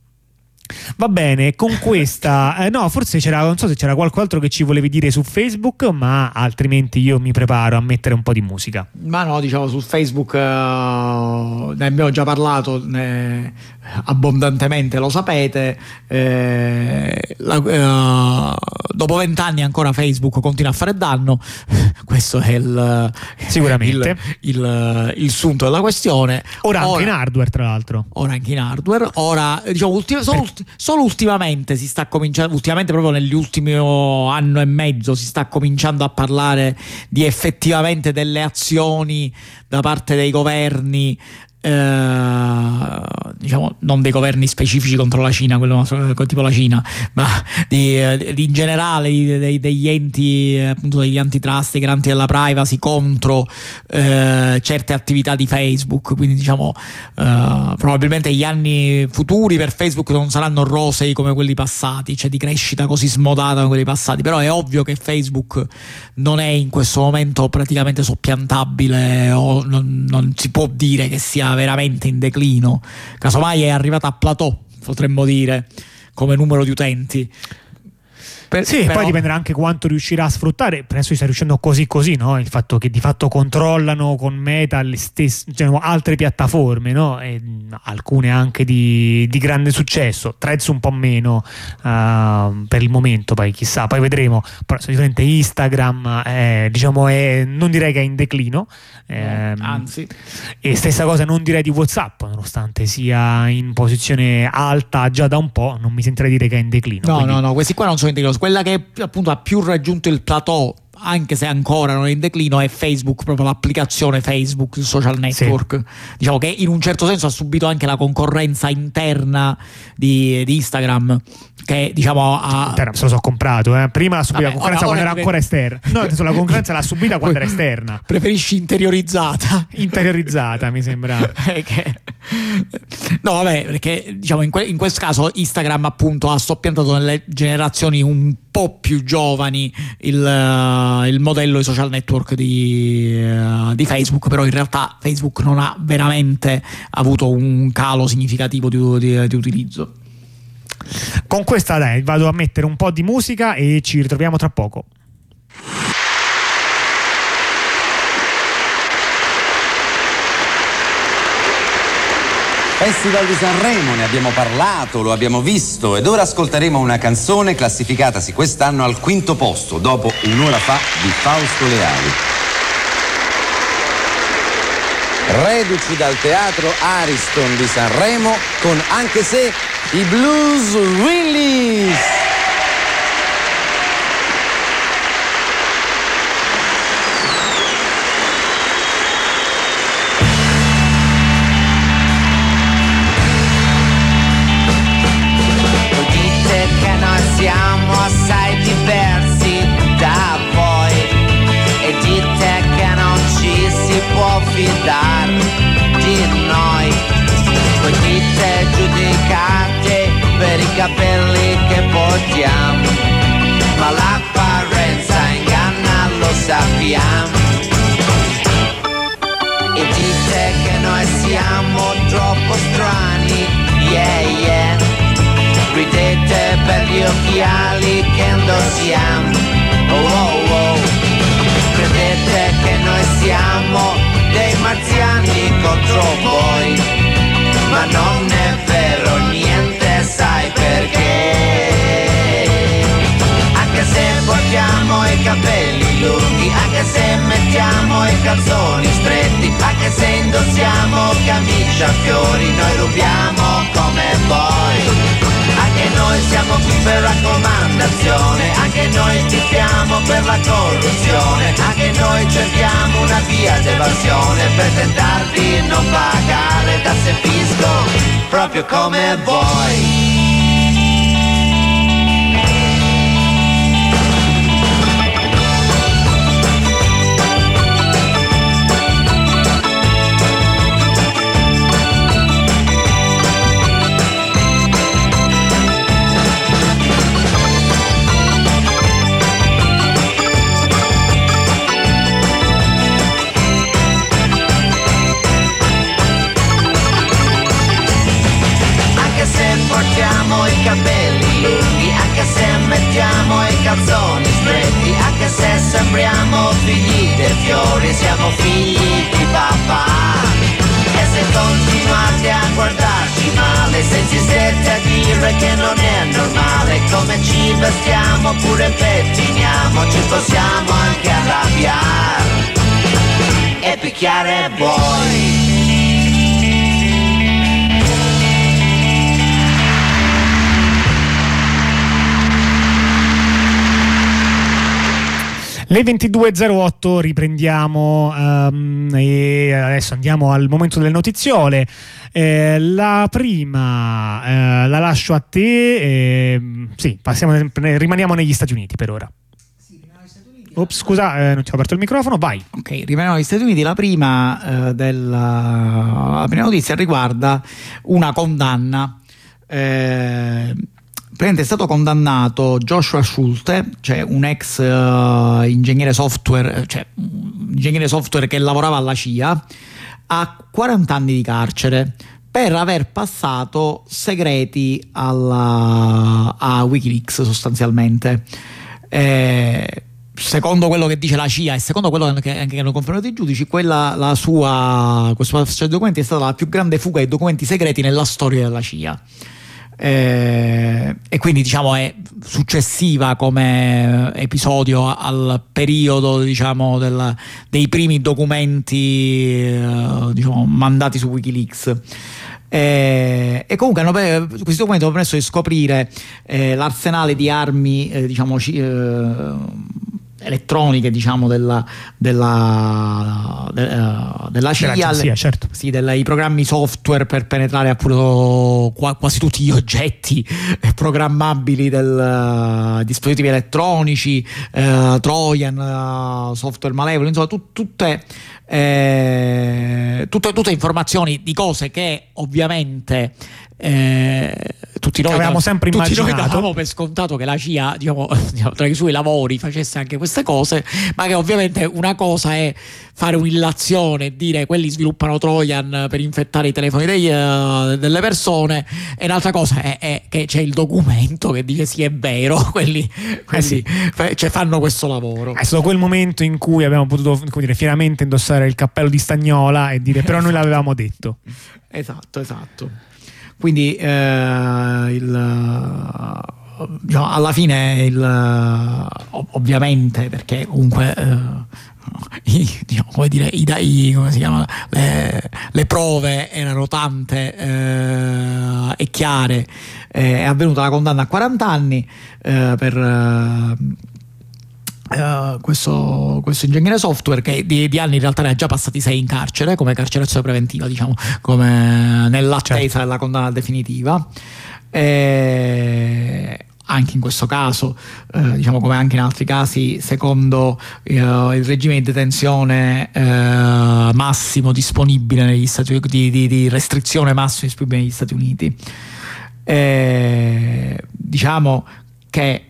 Speaker 2: Va bene, con questa eh, no, forse c'era, non so se c'era qualcos'altro che ci volevi dire su Facebook, ma altrimenti io mi preparo a mettere un po' di musica.
Speaker 3: Ma no, diciamo, su Facebook uh, ne abbiamo già parlato ne, abbondantemente, lo sapete. Eh, la, uh, dopo vent'anni ancora Facebook continua a fare danno. Questo è il
Speaker 2: sicuramente
Speaker 3: il, il, il sunto della questione.
Speaker 2: Ora anche ora, in hardware, tra l'altro.
Speaker 3: Ora anche in hardware. Ora, diciamo, ultima, solo, solo ultimamente si sta cominciando, ultimamente proprio nell'ultimo anno e mezzo si sta cominciando a parlare di effettivamente delle azioni da parte dei governi, eh, diciamo non dei governi specifici contro la Cina, quello tipo la Cina, ma di, di in generale di, degli enti, appunto, degli antitrust, dei garanti della privacy contro eh, certe attività di Facebook. Quindi diciamo eh, probabilmente gli anni futuri per Facebook non saranno rosei come quelli passati, cioè di crescita così smodata come quelli passati, però è ovvio che Facebook non è in questo momento praticamente soppiantabile, o non, non si può dire che sia veramente in declino, casomai è arrivata a plateau, potremmo dire, come numero di utenti. Per,
Speaker 2: sì,
Speaker 3: però...
Speaker 2: poi dipenderà anche quanto riuscirà a sfruttare. Penso che stia riuscendo così così, no? Il fatto che di fatto controllano con Meta le stesse, cioè, altre piattaforme, no? E alcune anche di, di grande successo. Threads un po' meno uh, per il momento, poi chissà, poi vedremo. Però sicuramente Instagram è, diciamo, è, non direi che è in declino, ehm,
Speaker 3: anzi,
Speaker 2: e stessa cosa non direi di WhatsApp, nonostante sia in posizione alta già da un po', non mi sentirei dire che è in declino.
Speaker 3: No,
Speaker 2: quindi...
Speaker 3: no, no, questi qua non sono in declino. Quella che appunto ha più raggiunto il plateau, anche se ancora non è in declino, è Facebook, proprio l'applicazione Facebook, il social network. Sì. Diciamo che in un certo senso ha subito anche la concorrenza interna di, di Instagram, che diciamo ha...
Speaker 2: Interna, se lo so comprato, eh. Prima ha subito
Speaker 3: Vabbè,
Speaker 2: la concorrenza
Speaker 3: ora,
Speaker 2: quando
Speaker 3: ora
Speaker 2: era ancora esterna. No, adesso la concorrenza l'ha subita quando era esterna.
Speaker 3: Preferisci interiorizzata?
Speaker 2: Interiorizzata, mi sembra.
Speaker 3: No, vabbè, perché diciamo in, que- in questo caso Instagram appunto ha soppiantato nelle generazioni un po' più giovani il, uh, il modello di social network di, uh, di Facebook, però in realtà Facebook non ha veramente avuto un calo significativo di, di, di utilizzo.
Speaker 2: Con questa dai, vado a mettere un po' di musica e ci ritroviamo tra poco.
Speaker 4: Festival di Sanremo, ne abbiamo parlato, lo abbiamo visto ed ora ascolteremo una canzone classificatasi quest'anno al quinto posto dopo Un'ora fa di Fausto Leali. Reduci dal teatro Ariston di Sanremo con Anche se i Blues Willis.
Speaker 5: Siamo assai diversi da voi e dite che non ci si può fidare di noi. Voi dite giudicate per i capelli che portiamo, ma l'apparenza inganna, lo sappiamo. E dite che noi siamo troppo strani, yeah yeah. Ridete per gli occhiali che indossiamo, oh oh oh. Credete che noi siamo dei marziani contro voi, ma non è vero niente, sai perché? Anche se portiamo i capelli lunghi, anche se mettiamo i calzoni stretti, anche se indossiamo camicia a fiori, noi rubiamo come voi. Anche noi siamo qui per raccomandazione, anche noi tifiamo per la corruzione, anche noi cerchiamo una via d'evasione per tentar di non pagare tasse e fisco, proprio come voi. Portiamo i capelli lunghi, anche se mettiamo i calzoni stretti, anche se sembriamo figli dei fiori, siamo figli di papà. E se continuate a guardarci male, se insistete a dire che non è normale, come ci vestiamo oppure pettiniamo, ci possiamo anche arrabbiare e picchiare voi.
Speaker 2: Le ventidue e zero otto riprendiamo um, e adesso andiamo al momento delle notiziole. Eh, la prima eh, la lascio a te. Eh, sì, passiamo, rimaniamo negli Stati Uniti per ora. Ops, scusa, eh, non ti ho aperto il microfono, vai.
Speaker 3: Ok, rimaniamo negli Stati Uniti. La prima, eh, della, la prima notizia riguarda una condanna. Eh, È stato condannato Joshua Schulte, cioè un ex uh, ingegnere software, cioè un ingegnere software che lavorava alla C I A, a quaranta anni di carcere per aver passato segreti alla, a Wikileaks sostanzialmente. Eh, secondo quello che dice la C I A e secondo quello che anche hanno confermato i giudici, quella, la sua, questo passaggio di documenti è stata la più grande fuga di documenti segreti nella storia della C I A. Eh, e quindi diciamo è successiva come episodio al periodo, diciamo, del, dei primi documenti eh, diciamo, mandati su Wikileaks. Eh, e comunque hanno, questi documenti hanno permesso di scoprire eh, l'arsenale di armi eh, diciamo eh, elettroniche, diciamo, della della, de, uh, della C I A,
Speaker 2: le, certo.
Speaker 3: Sì, dei programmi software per penetrare appunto qua, quasi tutti gli oggetti programmabili del uh, dispositivi elettronici, uh, Trojan, uh, software malevolo, insomma tut, tutte, eh, tutte tutte informazioni di cose che ovviamente Eh, tutti noi
Speaker 2: avevamo sempre
Speaker 3: tutti
Speaker 2: immaginato,
Speaker 3: noi davamo per scontato che la C I A, diciamo, tra i suoi lavori facesse anche queste cose, ma che ovviamente una cosa è fare un'illazione e dire quelli sviluppano Trojan per infettare i telefoni dei, uh, delle persone, e un'altra cosa è, è che c'è il documento che dice sì, è vero, quelli, quelli eh sì. f- cioè fanno questo lavoro.
Speaker 2: È stato quel momento in cui abbiamo potuto, come dire, finalmente indossare il cappello di Stagnola e dire però noi l'avevamo detto.
Speaker 3: Esatto, esatto. Quindi eh, il, diciamo, alla fine il, ovviamente, perché comunque eh, i, diciamo, come dire, i, i, come si chiama, le, le prove erano tante eh, e chiare, eh, è avvenuta la condanna a quaranta anni eh, per eh, Uh, questo, questo ingegnere software, che di, di anni in realtà ne ha già passati sei in carcere come carcerazione preventiva, diciamo, come nell'attesa certo. della condanna definitiva. E anche in questo caso, eh, diciamo come anche in altri casi, secondo eh, il regime di detenzione eh, massimo disponibile negli Stati Uniti, di, di, di restrizione massima disponibile negli Stati Uniti. E, diciamo che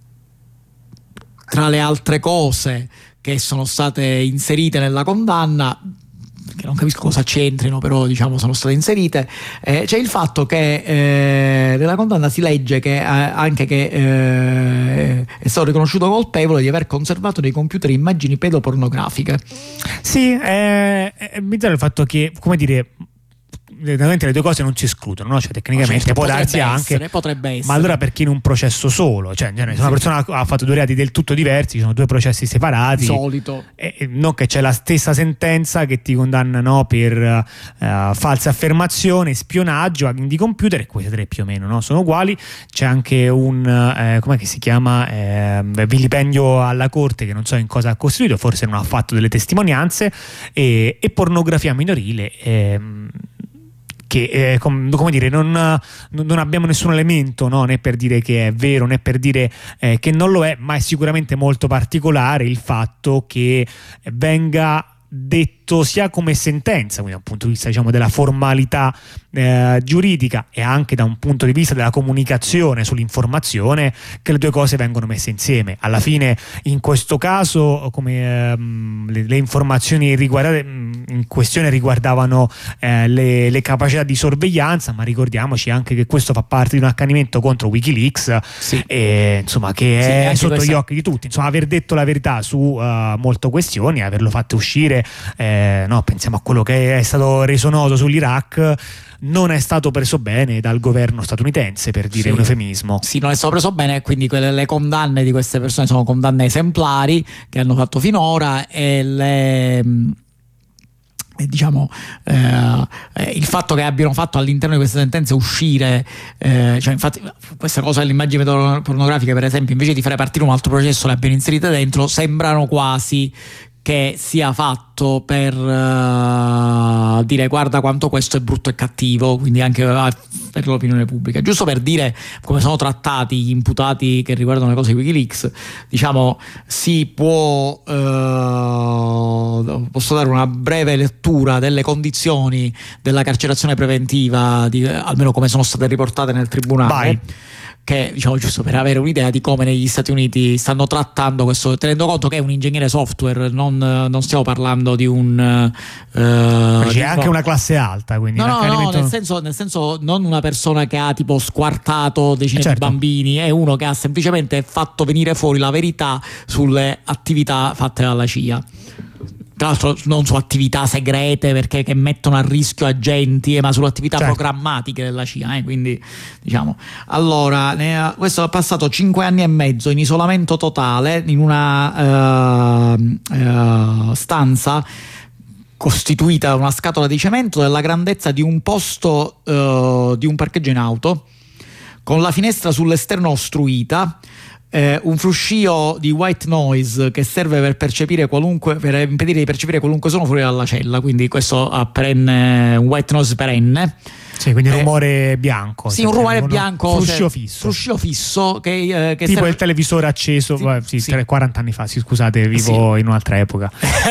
Speaker 3: tra le altre cose che sono state inserite nella condanna, che non capisco cosa c'entrino, però diciamo sono state inserite, eh, c'è il fatto che eh, nella condanna si legge che eh, anche che eh, è stato riconosciuto colpevole di aver conservato nei computer immagini pedopornografiche.
Speaker 2: Sì, è, è bizzarro il fatto che, come dire, le due cose non si escludono, no? Cioè, tecnicamente certo, può darsi anche
Speaker 3: essere, potrebbe essere.
Speaker 2: Ma allora perché in un processo solo? Cioè, se una sì. persona ha fatto due reati del tutto diversi, ci sono due processi separati,
Speaker 3: di solito,
Speaker 2: e non che c'è la stessa sentenza che ti condannano per uh, false affermazioni, spionaggio di computer, e queste tre più o meno, no? Sono uguali. C'è anche un eh, com'è che si chiama eh, vilipendio alla corte, che non so in cosa ha costituito, forse non ha fatto delle testimonianze, e, e pornografia minorile, eh, che eh, com, come dire non, non abbiamo nessun elemento, no? Né per dire che è vero né per dire eh, che non lo è, ma è sicuramente molto particolare il fatto che venga detto sia come sentenza, quindi da un punto di vista, diciamo, della formalità eh, giuridica, e anche da un punto di vista della comunicazione sull'informazione, che le due cose vengono messe insieme. Alla fine in questo caso, come ehm, le, le informazioni riguardate in questione riguardavano eh, le, le capacità di sorveglianza, ma ricordiamoci anche che questo fa parte di un accanimento contro Wikileaks, sì. e, insomma, che sì, è sotto questa... gli occhi di tutti. Insomma, aver detto la verità su uh, molte questioni, averlo fatto uscire, eh, no, pensiamo a quello che è stato reso noto sull'Iraq, non è stato preso bene dal governo statunitense, per dire sì. un eufemismo.
Speaker 3: Sì, non è stato preso bene, quindi quelle, le condanne di queste persone sono condanne esemplari che hanno fatto finora, e le... E diciamo eh, il fatto che abbiano fatto all'interno di queste sentenze uscire eh, cioè infatti questa cosa delle immagini pornografiche, per esempio, invece di fare partire un altro processo le abbiano inserite dentro, sembrano quasi che sia fatto per uh, dire guarda quanto questo è brutto e cattivo, quindi anche uh, per l'opinione pubblica, giusto per dire come sono trattati gli imputati che riguardano le cose di Wikileaks. Diciamo, si può uh, posso dare una breve lettura delle condizioni della carcerazione preventiva, di, almeno come sono state riportate nel tribunale.
Speaker 2: Vai.
Speaker 3: Che, diciamo, giusto per avere un'idea di come negli Stati Uniti stanno trattando questo, tenendo conto che è un ingegnere software, non non, non stiamo parlando di un uh,
Speaker 2: c'è anche una classe alta, quindi
Speaker 3: no no,
Speaker 2: accanimento...
Speaker 3: no nel senso, nel senso non una persona che ha tipo squartato decine
Speaker 2: certo.
Speaker 3: di bambini, è uno che ha semplicemente fatto venire fuori la verità sulle attività fatte dalla C I A. Tra l'altro non su attività segrete perché che mettono a rischio agenti, eh, ma sulle attività certo. programmatiche della C I A, eh, quindi diciamo. Allora, ne, questo ha passato cinque anni e mezzo in isolamento totale in una uh, uh, stanza costituita da una scatola di cemento della grandezza di un posto uh, di un parcheggio in auto, con la finestra sull'esterno ostruita. Eh, un fruscio di white noise che serve per percepire qualunque, per impedire di percepire qualunque suono fuori dalla cella, quindi questo ha perenne, un white noise perenne.
Speaker 2: Sì, quindi un
Speaker 3: eh,
Speaker 2: rumore bianco.
Speaker 3: Sì, un rumore bianco.
Speaker 2: Fruscio
Speaker 3: cioè,
Speaker 2: fisso.
Speaker 3: Fruscio fisso che, eh, che
Speaker 2: tipo
Speaker 3: serve...
Speaker 2: il televisore acceso,
Speaker 3: sì,
Speaker 2: beh, sì,
Speaker 3: sì.
Speaker 2: quaranta anni fa, sì, scusate, vivo sì. in un'altra epoca.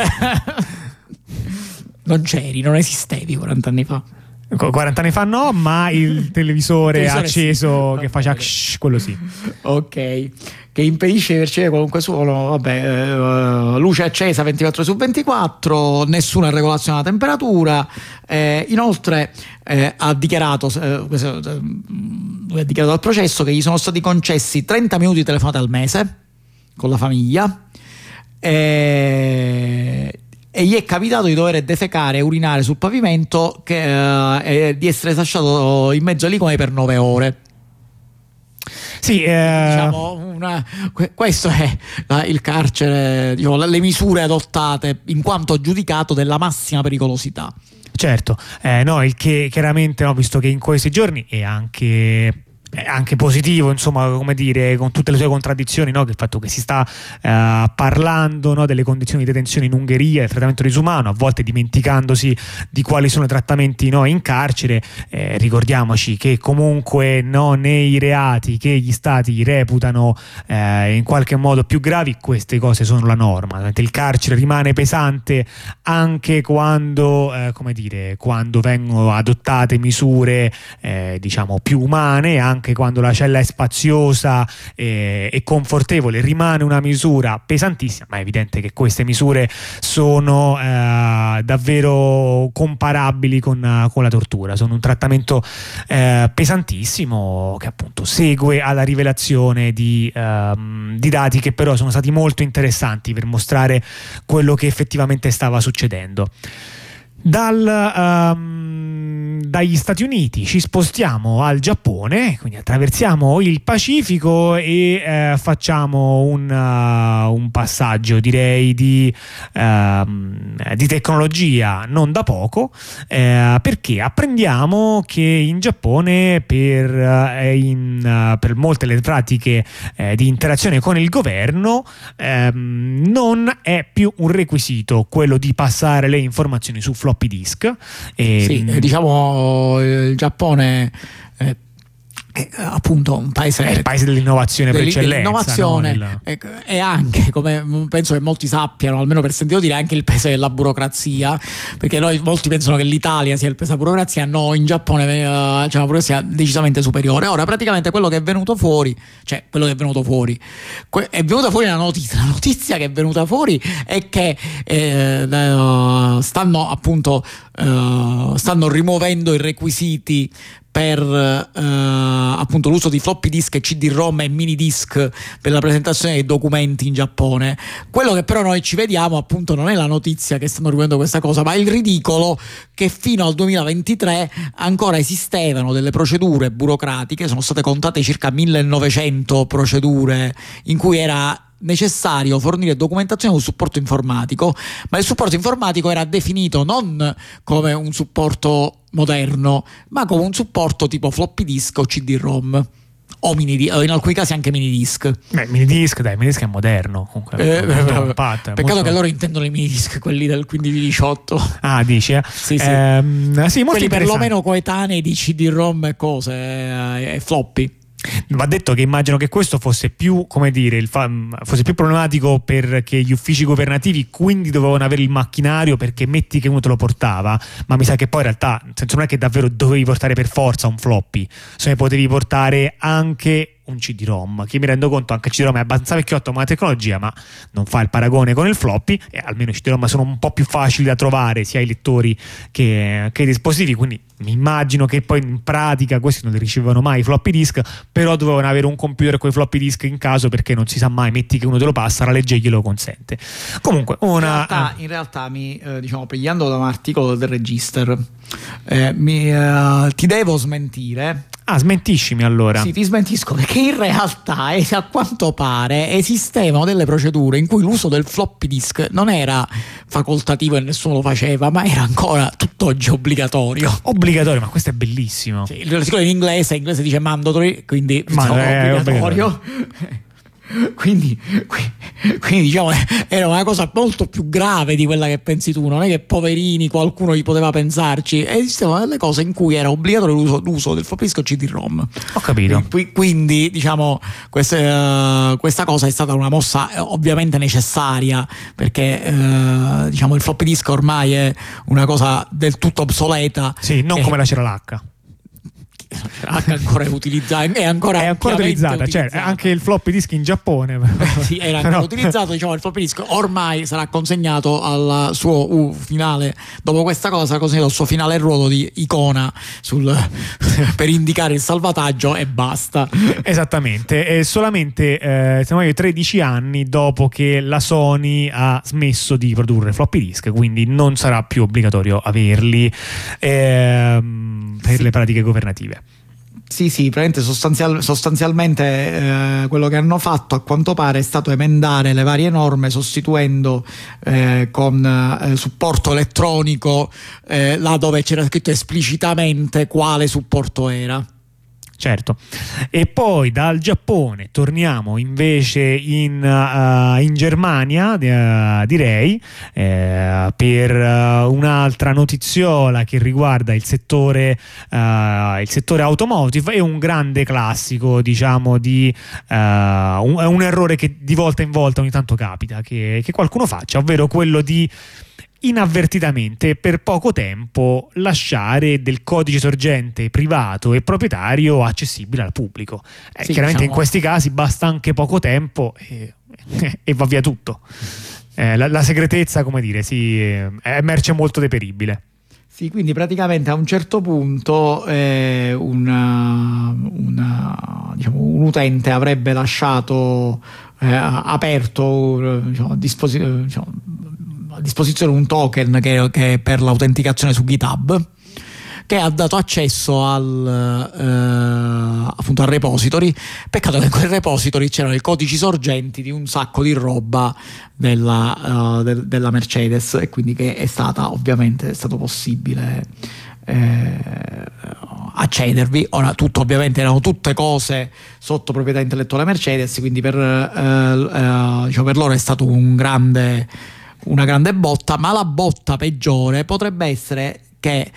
Speaker 3: Non c'eri, non esistevi quaranta anni fa.
Speaker 2: quaranta anni fa no, ma il televisore, televisore acceso sì. che faceva ksh, quello sì.
Speaker 3: Ok, che impedisce di percepire qualunque suono. Vabbè, eh, luce accesa ventiquattro ore su ventiquattro, nessuna regolazione della temperatura. Eh, inoltre eh, ha dichiarato eh, questo, eh, ha dichiarato al processo che gli sono stati concessi trenta minuti di telefonate al mese con la famiglia. Eh, E gli è capitato di dover defecare e urinare sul pavimento, che, eh, e di essere lasciato in mezzo ai liquami per nove ore.
Speaker 2: Sì, eh...
Speaker 3: diciamo una, questo è la, il carcere, diciamo, le misure adottate in quanto giudicato della massima pericolosità.
Speaker 2: Certo, eh, no, il che chiaramente, no, visto che in questi giorni è anche... è anche positivo, insomma, come dire, con tutte le sue contraddizioni, no? Che il fatto che si sta eh, parlando, no, delle condizioni di detenzione in Ungheria, del trattamento disumano, a volte dimenticandosi di quali sono i trattamenti, no, in carcere. Eh, ricordiamoci che comunque, no, nei reati che gli stati reputano eh, in qualche modo più gravi, queste cose sono la norma. Il carcere rimane pesante anche quando, eh, come dire, quando vengono adottate misure eh, diciamo più umane, anche quando la cella è spaziosa e, e confortevole, rimane una misura pesantissima, ma è evidente che queste misure sono eh, davvero comparabili con, con la tortura. Sono un trattamento eh, pesantissimo che appunto segue alla rivelazione di, ehm, di dati che però sono stati molto interessanti per mostrare quello che effettivamente stava succedendo. Dal, um, dagli Stati Uniti ci spostiamo al Giappone, quindi attraversiamo il Pacifico e eh, facciamo un, uh, un passaggio, direi, di, uh, di tecnologia non da poco, eh, perché apprendiamo che in Giappone per, uh, in, uh, per molte le pratiche eh, di interazione con il governo ehm, non è più un requisito quello di passare le informazioni su floppy disk. E,
Speaker 3: sì, eh, diciamo il Giappone eh, è appunto un paese,
Speaker 2: è il paese dell'innovazione per eccellenza,
Speaker 3: dell'innovazione,
Speaker 2: no?
Speaker 3: e, e anche, come penso che molti sappiano, almeno per sentito dire, anche il paese della burocrazia, perché noi molti pensano che l'Italia sia il paese della burocrazia. No, in Giappone uh, c'è una burocrazia decisamente superiore. Ora praticamente quello che è venuto fuori, cioè quello che è venuto fuori que- è venuta fuori la notizia la notizia che è venuta fuori è che eh, uh, stanno appunto uh, stanno rimuovendo i requisiti per uh, appunto l'uso di floppy disk e C D-ROM e mini disk per la presentazione dei documenti in Giappone. Quello che però noi ci vediamo appunto non è la notizia che stanno rimuovendo questa cosa, ma il ridicolo che fino al duemilaventitré ancora esistevano delle procedure burocratiche. Sono state contate circa millenovecento procedure in cui era necessario fornire documentazione con supporto informatico, ma il supporto informatico era definito non come un supporto moderno, ma come un supporto tipo floppy disk o C D-ROM o mini, o in alcuni casi anche mini disk.
Speaker 2: Beh, mini disk, dai, mini disk è moderno comunque,
Speaker 3: eh,
Speaker 2: compatta,
Speaker 3: peccato
Speaker 2: molto...
Speaker 3: che loro intendono i mini disk, quelli del quindici diciotto.
Speaker 2: Ah, dici? Eh?
Speaker 3: Sì, sì.
Speaker 2: Ehm, sì,
Speaker 3: quelli perlomeno coetanei di C D-ROM e cose e, e floppy.
Speaker 2: Va detto che immagino che questo fosse più, come dire, il fa- fosse più problematico perché gli uffici governativi quindi dovevano avere il macchinario, perché metti che uno te lo portava, ma mi sa che poi in realtà, nel senso, non è che davvero dovevi portare per forza un floppy, se ne potevi portare anche un C D-ROM, che mi rendo conto anche il C D-ROM è abbastanza vecchiotto come tecnologia, ma non fa il paragone con il floppy, e almeno i C D-ROM sono un po' più facili da trovare sia ai lettori che, che ai dispositivi, quindi mi immagino che poi in pratica questi non li ricevevano mai i floppy disk, però dovevano avere un computer con i floppy disk in caso, perché non si sa mai, metti che uno te lo passa, la legge glielo consente. Comunque una...
Speaker 3: in realtà, in realtà mi eh, diciamo, pigliando da un articolo del Register, eh, mi, eh, ti devo smentire.
Speaker 2: Ah, smentiscimi allora.
Speaker 3: Sì, ti smentisco, perché in realtà eh, a quanto pare esistevano delle procedure in cui l'uso del floppy disk non era facoltativo e nessuno lo faceva, ma era ancora tutt'oggi obbligatorio.
Speaker 2: Obbligatorio, ma questo è bellissimo.
Speaker 3: Sì, l'articolo in inglese, in inglese dice mandatory, quindi
Speaker 2: Ma
Speaker 3: insomma,
Speaker 2: è
Speaker 3: obbligatorio.
Speaker 2: obbligatorio.
Speaker 3: Quindi, quindi diciamo era una cosa molto più grave di quella che pensi tu, non è che poverini qualcuno gli poteva pensarci, esistevano delle cose in cui era obbligatorio l'uso, l'uso del floppy disk o C D-ROM.
Speaker 2: Ho capito.
Speaker 3: Quindi diciamo queste, uh, questa cosa è stata una mossa eh, ovviamente necessaria, perché uh, diciamo il floppy disk ormai è una cosa del tutto obsoleta.
Speaker 2: Sì, non
Speaker 3: e,
Speaker 2: come la Ceralacca.
Speaker 3: H ancora è utilizzata, è ancora,
Speaker 2: è ancora utilizzata,
Speaker 3: utilizzata.
Speaker 2: Cioè, anche il floppy disk in Giappone
Speaker 3: sì, era ancora
Speaker 2: però...
Speaker 3: utilizzato, diciamo il floppy disk ormai sarà consegnato al suo uh, finale, dopo questa cosa sarà consegnato al suo finale ruolo di icona sul, per indicare il salvataggio e basta.
Speaker 2: Esattamente, è solamente eh, siamo tredici anni dopo che la Sony ha smesso di produrre floppy disk, quindi non sarà più obbligatorio averli ehm, per sì. le pratiche governative.
Speaker 3: Sì, sì, praticamente sostanzial, sostanzialmente eh, quello che hanno fatto a quanto pare è stato emendare le varie norme sostituendo eh, con eh, supporto elettronico eh, là dove c'era scritto esplicitamente quale supporto era.
Speaker 2: Certo, e poi dal Giappone torniamo invece in, uh, in Germania, uh, direi, uh, per uh, un'altra notiziola che riguarda il settore, uh, il settore automotive, e un grande classico, diciamo, di uh, un, un errore che di volta in volta ogni tanto capita che, che qualcuno faccia, ovvero quello di inavvertitamente per poco tempo lasciare del codice sorgente privato e proprietario accessibile al pubblico. Eh,
Speaker 3: sì,
Speaker 2: chiaramente
Speaker 3: diciamo...
Speaker 2: in questi casi basta anche poco tempo e, e va via tutto. Eh, la, la segretezza, come dire, si, è merce molto deperibile.
Speaker 3: Sì, quindi praticamente a un certo punto eh, una, una, diciamo, un utente avrebbe lasciato eh, aperto diciamo, a disposizione diciamo, a disposizione un token che, che è per l'autenticazione su GitHub, che ha dato accesso al, eh, appunto al repository. Peccato che in quel repository c'erano i codici sorgenti di un sacco di roba della, uh, de, della Mercedes, e quindi che è stata ovviamente è stato possibile eh, accedervi. Ora tutto ovviamente erano tutte cose sotto proprietà intellettuale Mercedes, quindi per, eh, eh, diciamo per loro è stato un grande una grande botta, ma la botta peggiore potrebbe essere che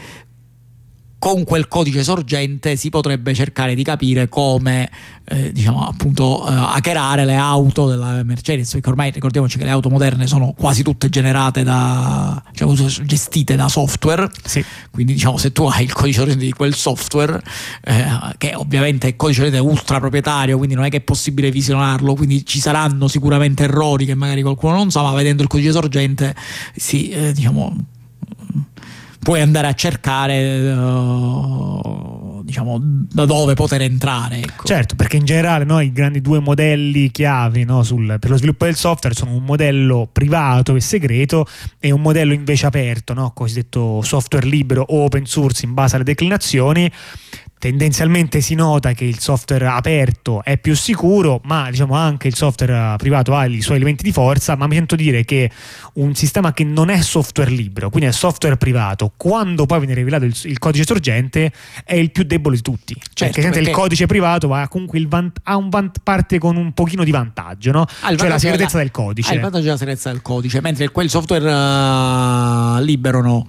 Speaker 3: con quel codice sorgente si potrebbe cercare di capire come eh, diciamo appunto eh, hackerare le auto della Mercedes, perché ormai ricordiamoci che le auto moderne sono quasi tutte generate da diciamo, gestite da software,
Speaker 2: sì.
Speaker 3: Quindi diciamo se tu hai il codice sorgente di quel software eh, che ovviamente è codice sorgente ultra proprietario, quindi non è che è possibile visionarlo, quindi ci saranno sicuramente errori che magari qualcuno non sa, ma vedendo il codice sorgente si eh, diciamo puoi andare a cercare uh, diciamo da dove poter entrare, ecco.
Speaker 2: Certo, perché in generale no, i grandi due modelli chiave no, sul, per lo sviluppo del software sono un modello privato e segreto e un modello invece aperto, no, cosiddetto software libero o open source in base alle declinazioni. Tendenzialmente si nota che il software aperto è più sicuro, ma diciamo anche il software privato ha i suoi elementi di forza, ma mi sento dire che un sistema che non è software libero, quindi è software privato, quando poi viene rivelato il, il codice sorgente è il più debole di tutti. Cioè
Speaker 3: certo,
Speaker 2: perché il codice privato va comunque il vant- ha un vant- parte con un pochino di vantaggio, no?
Speaker 3: Ah,
Speaker 2: cioè la segretezza
Speaker 3: della,
Speaker 2: del codice.
Speaker 3: Ah, il vantaggio della segretezza del codice, mentre quel software uh, libero no.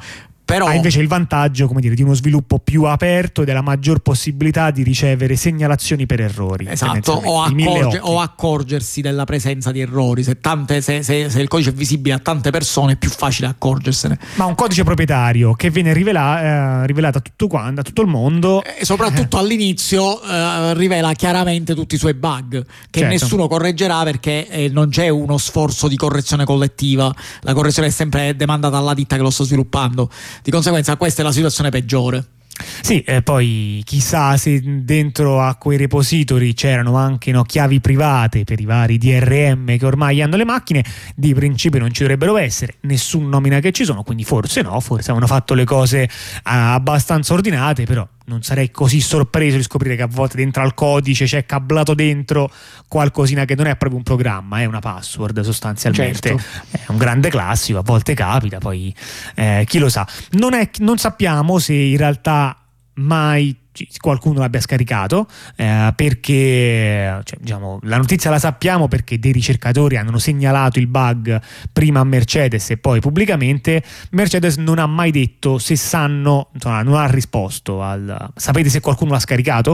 Speaker 3: Però
Speaker 2: ha invece il vantaggio, come dire, di uno sviluppo più aperto e della maggior possibilità di ricevere segnalazioni per errori.
Speaker 3: Esatto, o, accorge, o accorgersi della presenza di errori. Se, tante, se, se, se il codice è visibile a tante persone è più facile accorgersene.
Speaker 2: Ma un codice proprietario che viene rivela, eh, rivelato a tutto, quanto, a tutto il mondo,
Speaker 3: e soprattutto eh. all'inizio eh, rivela chiaramente tutti i suoi bug che
Speaker 2: certo.
Speaker 3: nessuno correggerà, perché eh, non c'è uno sforzo di correzione collettiva, la correzione è sempre demandata alla ditta che lo sta sviluppando. Di conseguenza questa è la situazione peggiore.
Speaker 2: Sì, eh, poi chissà se dentro a quei repository c'erano anche, no, chiavi private per i vari D R M che ormai hanno le macchine. Di principio non ci dovrebbero essere, nessun nomina che ci sono, quindi forse no, forse hanno fatto le cose eh, abbastanza ordinate, però non sarei così sorpreso di scoprire che a volte dentro al codice c'è cablato dentro qualcosina che non è proprio un programma, è una password sostanzialmente. Certo. È un grande classico, a volte capita, poi eh, chi lo sa. Non, è, non sappiamo se in realtà mai qualcuno l'abbia scaricato, eh, perché cioè, diciamo, la notizia la sappiamo perché dei ricercatori hanno segnalato il bug prima a Mercedes e poi pubblicamente. Mercedes non ha mai detto se sanno, insomma, non ha risposto al sapete se qualcuno l'ha scaricato,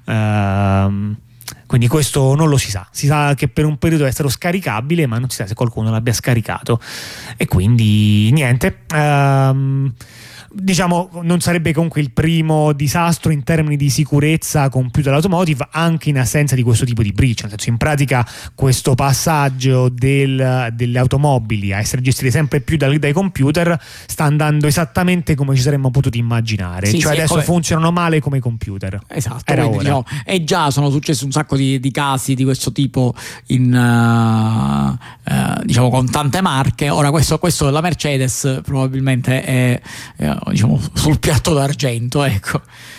Speaker 2: ehm, quindi questo non lo si sa. Si sa che per un periodo è stato scaricabile, ma non si sa se qualcuno l'abbia scaricato, e quindi niente. ehm Diciamo, non sarebbe comunque il primo disastro in termini di sicurezza compiuto dall'automotive, anche in assenza di questo tipo di breach. Nel senso, in pratica questo passaggio del, delle automobili a essere gestite sempre più dal, dai computer sta andando esattamente come ci saremmo potuti immaginare.
Speaker 3: Sì,
Speaker 2: cioè
Speaker 3: sì,
Speaker 2: adesso
Speaker 3: come...
Speaker 2: funzionano male come i computer.
Speaker 3: Esatto,
Speaker 2: Era
Speaker 3: quindi,
Speaker 2: ora.
Speaker 3: Diciamo, e già sono successi un sacco di, di casi di questo tipo in, uh, uh, diciamo, con tante marche. Ora questo, questo della Mercedes probabilmente è, è diciamo sul piatto d'argento, ecco.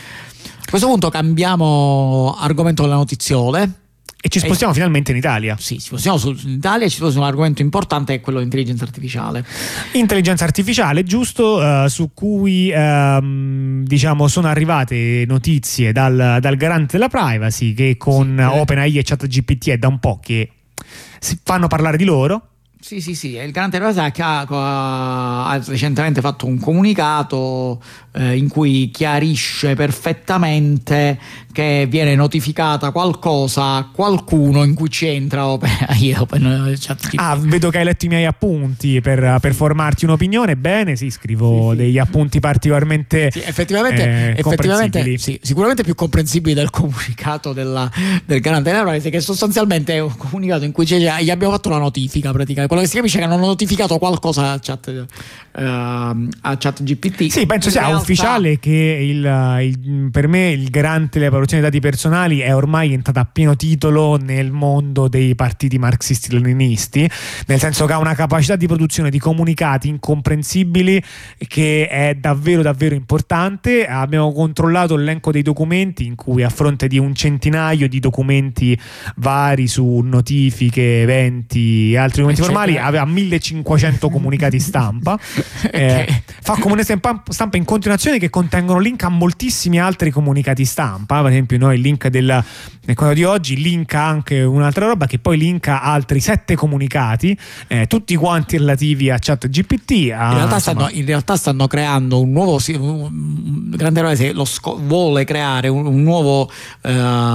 Speaker 3: A questo punto cambiamo argomento della notiziole
Speaker 2: e ci spostiamo e, finalmente in Italia.
Speaker 3: Sì, ci spostiamo su, in Italia, ci spostiamo su un argomento importante, che è quello dell'intelligenza artificiale.
Speaker 2: Intelligenza artificiale, giusto, uh, su cui uh, diciamo sono arrivate notizie dal, dal garante della privacy, che con sì, OpenAI e ChatGPT è da un po' che si fanno parlare di loro.
Speaker 3: Sì, sì, sì, il garante della privacy ha, ha, ha recentemente fatto un comunicato eh, in cui chiarisce perfettamente che viene notificata qualcosa a qualcuno in cui ci entra OpenAI. Open,
Speaker 2: ah, vedo che hai letto i miei appunti per, per formarti un'opinione. Bene, sì, scrivo sì, sì. degli appunti particolarmente
Speaker 3: sì, effettivamente,
Speaker 2: eh,
Speaker 3: effettivamente sì, sicuramente più comprensibili del comunicato della, del garante della privacy, che sostanzialmente è un comunicato in cui gli abbiamo fatto la notifica, praticamente. Quello che si capisce è che hanno notificato qualcosa a chat uh, a ChatGPT.
Speaker 2: Sì, penso sia realtà... ufficiale che il, il, per me il garante della protezione dei dati personali è ormai entrato a pieno titolo nel mondo dei partiti marxisti-leninisti, nel senso che ha una capacità di produzione di comunicati incomprensibili che è davvero davvero importante. Abbiamo controllato l'elenco dei documenti, in cui a fronte di un centinaio di documenti vari su notifiche, eventi e altri documenti formali aveva millecinquecento comunicati stampa. eh, fa comunicati stampa in continuazione che contengono link a moltissimi altri comunicati stampa. Per esempio noi il link del, del quello di oggi linka anche un'altra roba che poi linka altri sette comunicati, eh, tutti quanti relativi a ChatGPT. A,
Speaker 3: in, realtà stanno, in realtà stanno creando un nuovo un, grande errore, lo sco- vuole creare un, un nuovo uh,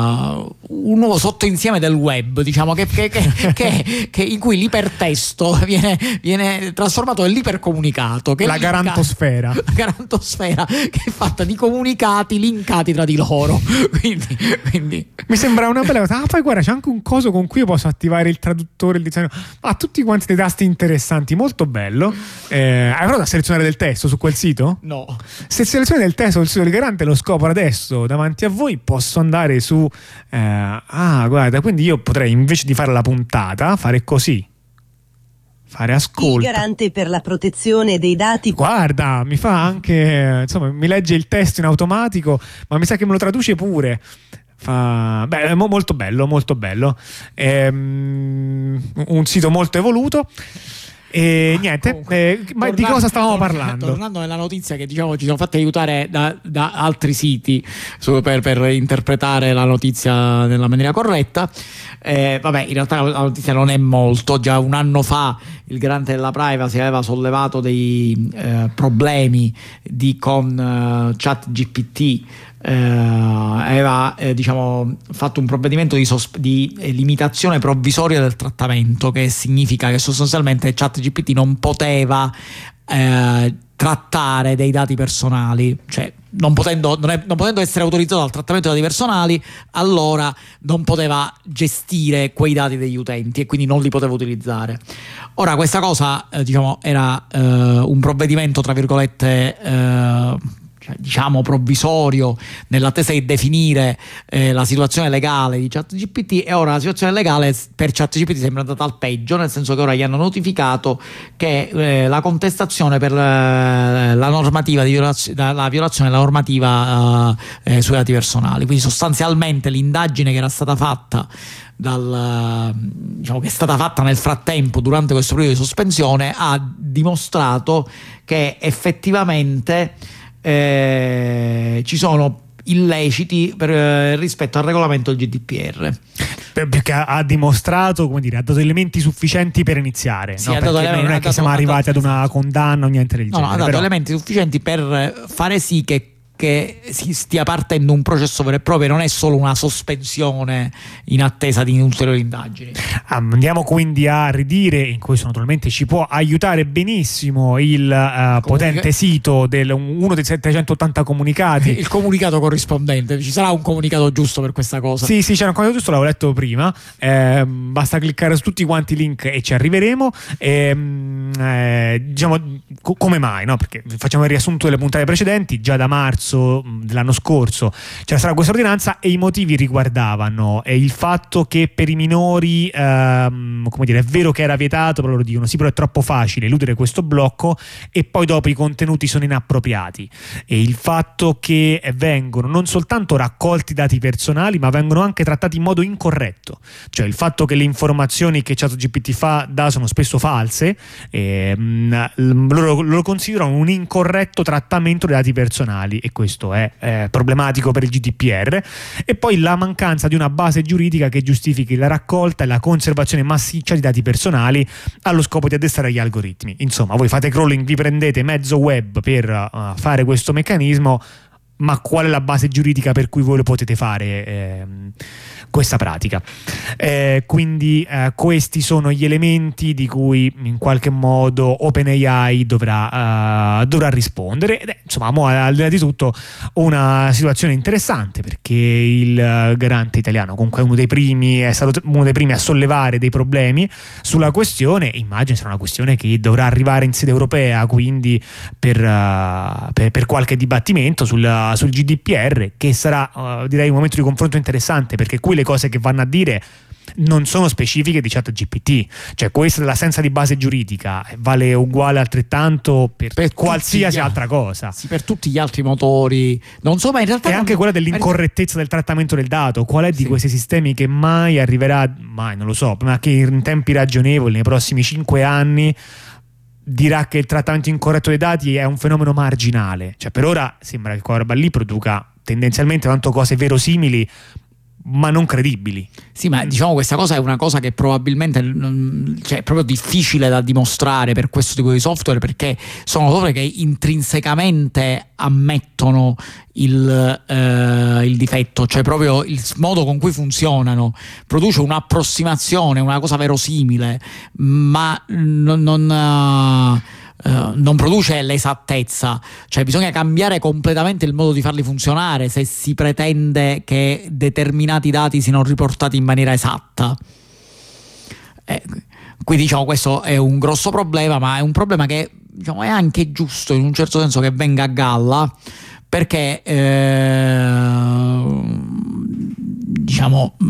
Speaker 3: un nuovo sottoinsieme del web, diciamo, che, che, che, che, che in cui l'ipertesto viene, viene trasformato nell'ipercomunicato, che
Speaker 2: la linka, garantosfera
Speaker 3: la garantosfera che è fatta di comunicati linkati tra di loro. quindi, quindi
Speaker 2: mi sembra una bella cosa. Ah, poi guarda, c'è anche un coso con cui io posso attivare il traduttore, il dizionario. Ah, tutti quanti dei tasti interessanti, molto bello. Eh, hai provato a selezionare del testo su quel sito?
Speaker 3: No.
Speaker 2: Se selezioni del testo sul sito del garante, lo scopro adesso davanti a voi, posso andare su eh, ah, guarda, quindi io potrei, invece di fare la puntata, fare così. Fare ascolto.
Speaker 6: Il garante per la protezione dei dati.
Speaker 2: Guarda, mi fa anche, insomma, mi legge il testo in automatico, ma mi sa che me lo traduce pure. Fa, beh, è molto bello, molto bello. È um, un sito molto evoluto. E niente,
Speaker 3: Comunque,
Speaker 2: eh, ma di
Speaker 3: tornando-
Speaker 2: cosa stavamo
Speaker 3: tornando-
Speaker 2: parlando?
Speaker 3: Tornando nella notizia che diciamo ci siamo fatti aiutare da, da altri siti su- per, per interpretare la notizia nella maniera corretta. Eh, vabbè, in realtà la notizia non è molto. Già un anno fa il garante della privacy aveva sollevato dei eh, problemi di, con eh, ChatGPT. Eh, aveva eh, diciamo fatto un provvedimento di, sosp- di eh, limitazione provvisoria del trattamento, che significa che sostanzialmente ChatGPT non poteva eh, trattare dei dati personali, cioè non potendo, non, è, non potendo essere autorizzato al trattamento dei dati personali, allora non poteva gestire quei dati degli utenti e quindi non li poteva utilizzare. Ora questa cosa eh, diciamo era eh, un provvedimento tra virgolette eh, diciamo provvisorio nell'attesa di definire eh, la situazione legale di ChatGPT, e ora la situazione legale per ChatGPT sembra andata al peggio, nel senso che ora gli hanno notificato che eh, la contestazione per eh, la normativa di violaz- la violazione della normativa eh, eh, sui dati personali, quindi sostanzialmente l'indagine che era stata fatta dal, diciamo, che è stata fatta nel frattempo durante questo periodo di sospensione ha dimostrato che effettivamente Eh, ci sono illeciti per, eh, rispetto al regolamento del G D P R,
Speaker 2: perché ha dimostrato, come dire, ha dato elementi sufficienti per iniziare,
Speaker 3: Sì,
Speaker 2: no?
Speaker 3: ha dato
Speaker 2: Perché
Speaker 3: elementi-
Speaker 2: non è
Speaker 3: ha
Speaker 2: che
Speaker 3: dato-
Speaker 2: siamo
Speaker 3: ha
Speaker 2: arrivati
Speaker 3: dato-
Speaker 2: ad una condanna o niente del
Speaker 3: no,
Speaker 2: genere,
Speaker 3: no, ha dato
Speaker 2: però-
Speaker 3: elementi sufficienti per fare sì che che si stia partendo un processo vero e proprio, non è solo una sospensione in attesa di ulteriori indagini.
Speaker 2: Andiamo quindi a ridire, in questo naturalmente ci può aiutare benissimo il uh, potente sito del uno dei settecentottanta comunicati.
Speaker 3: Il comunicato corrispondente, ci sarà un comunicato giusto per questa cosa?
Speaker 2: Sì, sì, c'era un comunicato giusto, l'avevo letto prima. Eh, basta cliccare su tutti quanti i link e ci arriveremo. Eh, eh, diciamo co- come mai, no? Perché facciamo il riassunto delle puntate precedenti. Già da marzo dell'anno scorso c'era stata questa ordinanza e i motivi riguardavano eh, il fatto che per i minori ehm, come dire, è vero che era vietato, però loro dicono sì, però è troppo facile eludere questo blocco, e poi dopo i contenuti sono inappropriati, e il fatto che vengono non soltanto raccolti dati personali ma vengono anche trattati in modo incorretto, cioè il fatto che le informazioni che ChatGPT fa dà sono spesso false, ehm, loro lo considerano un incorretto trattamento dei dati personali, e questo è eh, problematico per il G D P R. E poi la mancanza di una base giuridica che giustifichi la raccolta e la conservazione massiccia di dati personali allo scopo di addestrare gli algoritmi. Insomma, voi fate crawling, vi prendete mezzo web per uh, fare questo meccanismo, ma qual è la base giuridica per cui voi lo potete fare eh, questa pratica? Eh, quindi eh, questi sono gli elementi di cui in qualche modo OpenAI dovrà, uh, dovrà rispondere, ed è, insomma, mo, al di là di tutto una situazione interessante, perché il uh, garante italiano comunque è uno dei primi, è stato uno dei primi a sollevare dei problemi sulla questione, e immagino sarà una questione che dovrà arrivare in sede europea, quindi per, uh, per, per qualche dibattimento sul sul G D P R, che sarà uh, direi un momento di confronto interessante, perché qui le cose che vanno a dire non sono specifiche di ChatGPT, cioè questa dell'assenza di base giuridica vale uguale altrettanto per,
Speaker 3: Per
Speaker 2: qualsiasi
Speaker 3: tutti gli-
Speaker 2: altra cosa.
Speaker 3: Sì, per tutti gli altri motori, non so, ma in realtà
Speaker 2: E
Speaker 3: non-
Speaker 2: anche quella dell'incorrettezza del trattamento del dato, qual è di
Speaker 3: Sì.
Speaker 2: questi sistemi che mai arriverà, mai non lo so, ma che in tempi ragionevoli, nei prossimi cinque anni, dirà che il trattamento incorretto dei dati è un fenomeno marginale. Cioè per ora sembra che quella roba lì produca tendenzialmente tanto cose verosimili ma non credibili.
Speaker 3: Sì, ma diciamo questa cosa è una cosa che probabilmente non- cioè, è proprio difficile da dimostrare per questo tipo di software, perché sono software che intrinsecamente ammettono il, eh, il difetto, cioè proprio il modo con cui funzionano produce un'approssimazione, una cosa verosimile, ma non, non Uh, non produce l'esattezza, cioè bisogna cambiare completamente il modo di farli funzionare se si pretende che determinati dati siano riportati in maniera esatta. Eh, quindi diciamo questo è un grosso problema, ma è un problema che diciamo, è anche giusto in un certo senso che venga a galla, perché eh, diciamo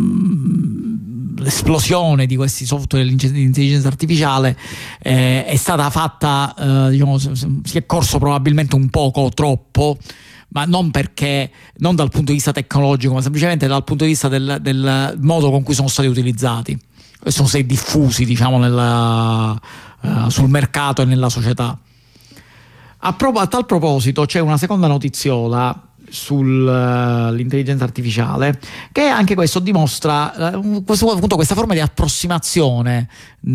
Speaker 3: l'esplosione di questi software di intelligenza artificiale eh, è stata fatta, eh, diciamo, si è corso probabilmente un poco troppo, ma non perché, non dal punto di vista tecnologico, ma semplicemente dal punto di vista del, del modo con cui sono stati utilizzati, sono stati diffusi, diciamo, nella, uh, sul mercato e nella società. A, pro- a tal proposito c'è una seconda notiziola sull'intelligenza uh, artificiale, che anche questo dimostra uh, questo, appunto, questa forma di approssimazione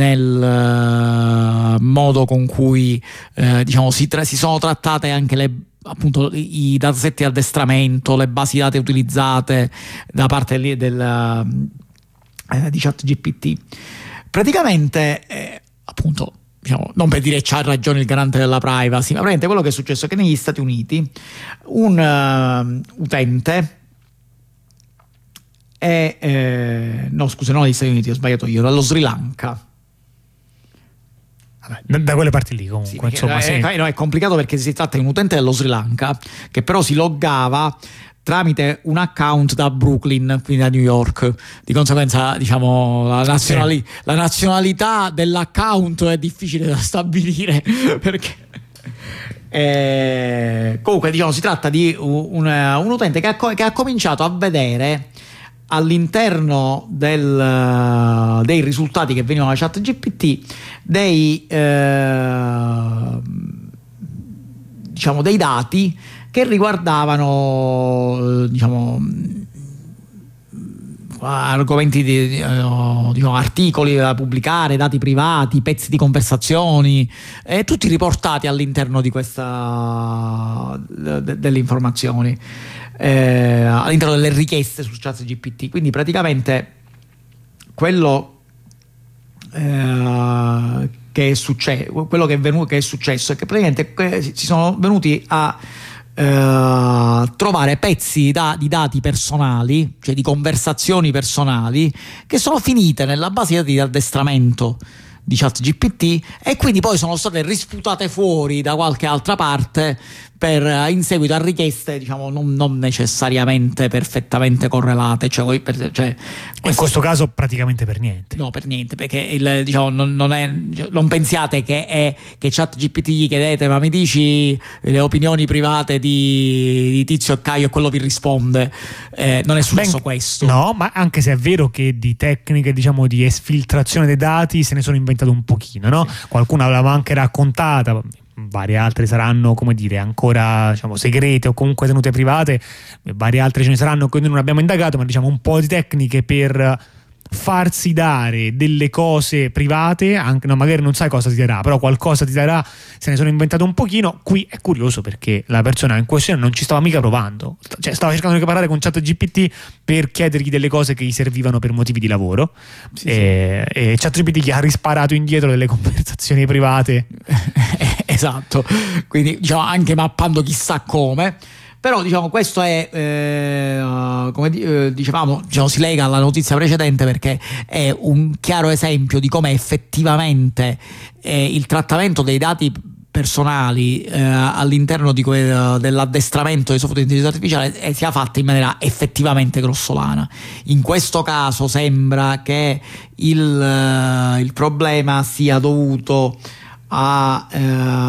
Speaker 3: nel uh, modo con cui uh, diciamo si, tra- si sono trattate anche le appunto i dataset di addestramento, le basi date utilizzate da parte lì del uh, di ChatGPT. Praticamente eh, appunto, diciamo, non per dire c'ha ragione il garante della privacy, ma praticamente quello che è successo è che negli Stati Uniti un uh, utente è eh, no scusa non negli Stati Uniti, ho sbagliato io, dallo Sri Lanka.
Speaker 2: Vabbè, da, da quelle parti lì comunque, sì, insomma,
Speaker 3: è,
Speaker 2: sì.
Speaker 3: è, no, è complicato perché si tratta di un utente dello Sri Lanka che però si loggava tramite un account da Brooklyn, quindi da New York. Di conseguenza, diciamo, la, nazionali- sì. la nazionalità dell'account è difficile da stabilire perché eh, comunque, diciamo, si tratta di un, un utente che ha, che ha cominciato a vedere all'interno del, dei risultati che venivano da ChatGPT dei eh, diciamo dei dati che riguardavano, diciamo, argomenti di, uh, diciamo, articoli da pubblicare, dati privati, pezzi di conversazioni, eh, tutti riportati all'interno di questa de, delle informazioni, eh, all'interno delle richieste su ChatGPT. Quindi praticamente quello eh, che è successo, quello che è, venuto, che è successo è che praticamente si sono venuti a Uh, trovare pezzi da, di dati personali, cioè di conversazioni personali che sono finite nella base dati di addestramento di ChatGPT e quindi poi sono state risputate fuori da qualche altra parte per, in seguito a richieste, diciamo, non, non necessariamente perfettamente correlate, cioè, per, cioè questo,
Speaker 2: in questo caso praticamente per niente.
Speaker 3: No, per niente, perché il, diciamo, non, non, è, non pensiate che è che ChatGPT gli chiedete ma mi dici le opinioni private di, di Tizio e Caio e quello vi risponde. Eh, non è successo ben, questo.
Speaker 2: No, ma anche se è vero che di tecniche, diciamo, di esfiltrazione dei dati se ne sono inventate un pochino, no? Sì. Qualcuno l'aveva anche raccontata, varie altre saranno, come dire, ancora, diciamo, segrete o comunque tenute private, varie altre ce ne saranno che noi non abbiamo indagato, ma diciamo un po' di tecniche per farsi dare delle cose private, anche, no, magari non sai cosa ti darà, però qualcosa ti darà, se ne sono inventate un pochino. Qui è curioso perché la persona in questione non ci stava mica provando, cioè stava cercando di parlare con ChatGPT per chiedergli delle cose che gli servivano per motivi di lavoro, sì, e, sì. e ChatGPT gli ha risparato indietro delle conversazioni private.
Speaker 3: Esatto, quindi, diciamo, anche mappando chissà come. Però, diciamo, questo è eh, come eh, dicevamo, diciamo, si lega alla notizia precedente perché è un chiaro esempio di come effettivamente eh, il trattamento dei dati personali eh, all'interno di que- dell'addestramento dei software di intelligenza artificiale eh, sia fatta in maniera effettivamente grossolana. In questo caso sembra che il, eh, il problema sia dovuto a eh,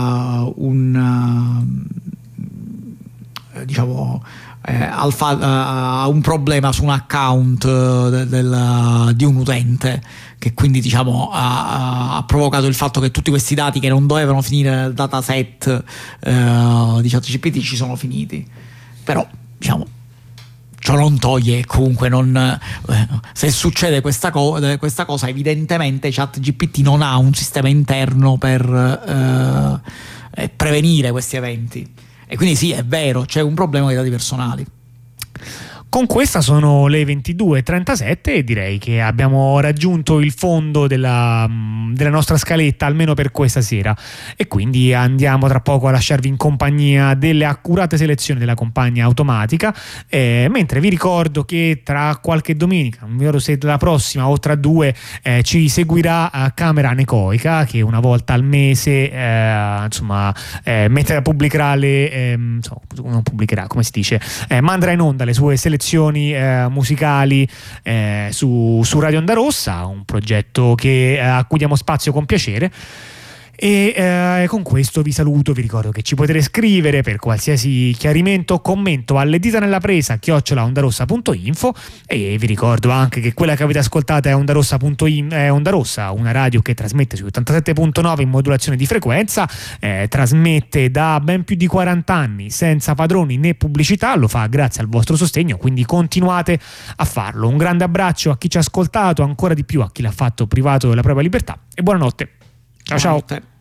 Speaker 3: un uh, diciamo eh, al fa- uh, un problema su un account uh, del, del, uh, di un utente, che quindi, diciamo, ha, ha provocato il fatto che tutti questi dati che non dovevano finire nel dataset uh, di ChatGPT ci sono finiti. Però, diciamo, ciò non toglie comunque non, eh, se succede questa, co- questa cosa, evidentemente ChatGPT non ha un sistema interno per eh, prevenire questi eventi, e quindi sì, è vero, c'è un problema di dati personali.
Speaker 2: Con questa sono le ventidue e trentasette e direi che abbiamo raggiunto il fondo della, della nostra scaletta, almeno per questa sera, e quindi andiamo tra poco a lasciarvi in compagnia delle accurate selezioni della compagnia automatica, eh, mentre vi ricordo che tra qualche domenica, non mi ricordo se la prossima o tra due, eh, ci seguirà a Camera Anecoica, che una volta al mese eh, insomma eh, metterà, pubblicherà le eh, insomma, non pubblicherà, come si dice, eh, manderà in onda le sue selezioni Eh, musicali eh, su, su Radio Onda Rossa, un progetto che, eh, a cui diamo spazio con piacere. E eh, con questo vi saluto, vi ricordo che ci potete scrivere per qualsiasi chiarimento o commento alle dita nella presa chiocciola ondarossa punto info, e vi ricordo anche che quella che avete ascoltato è Ondarossa, è Onda Rossa, una radio che trasmette su ottantasette virgola nove in modulazione di frequenza, eh, trasmette da ben più di quaranta anni senza padroni né pubblicità, lo fa grazie al vostro sostegno, quindi continuate a farlo. Un grande abbraccio a chi ci ha ascoltato, ancora di più a chi l'ha fatto privato della propria libertà, e buonanotte. Ciao ciao.
Speaker 3: Buonanotte.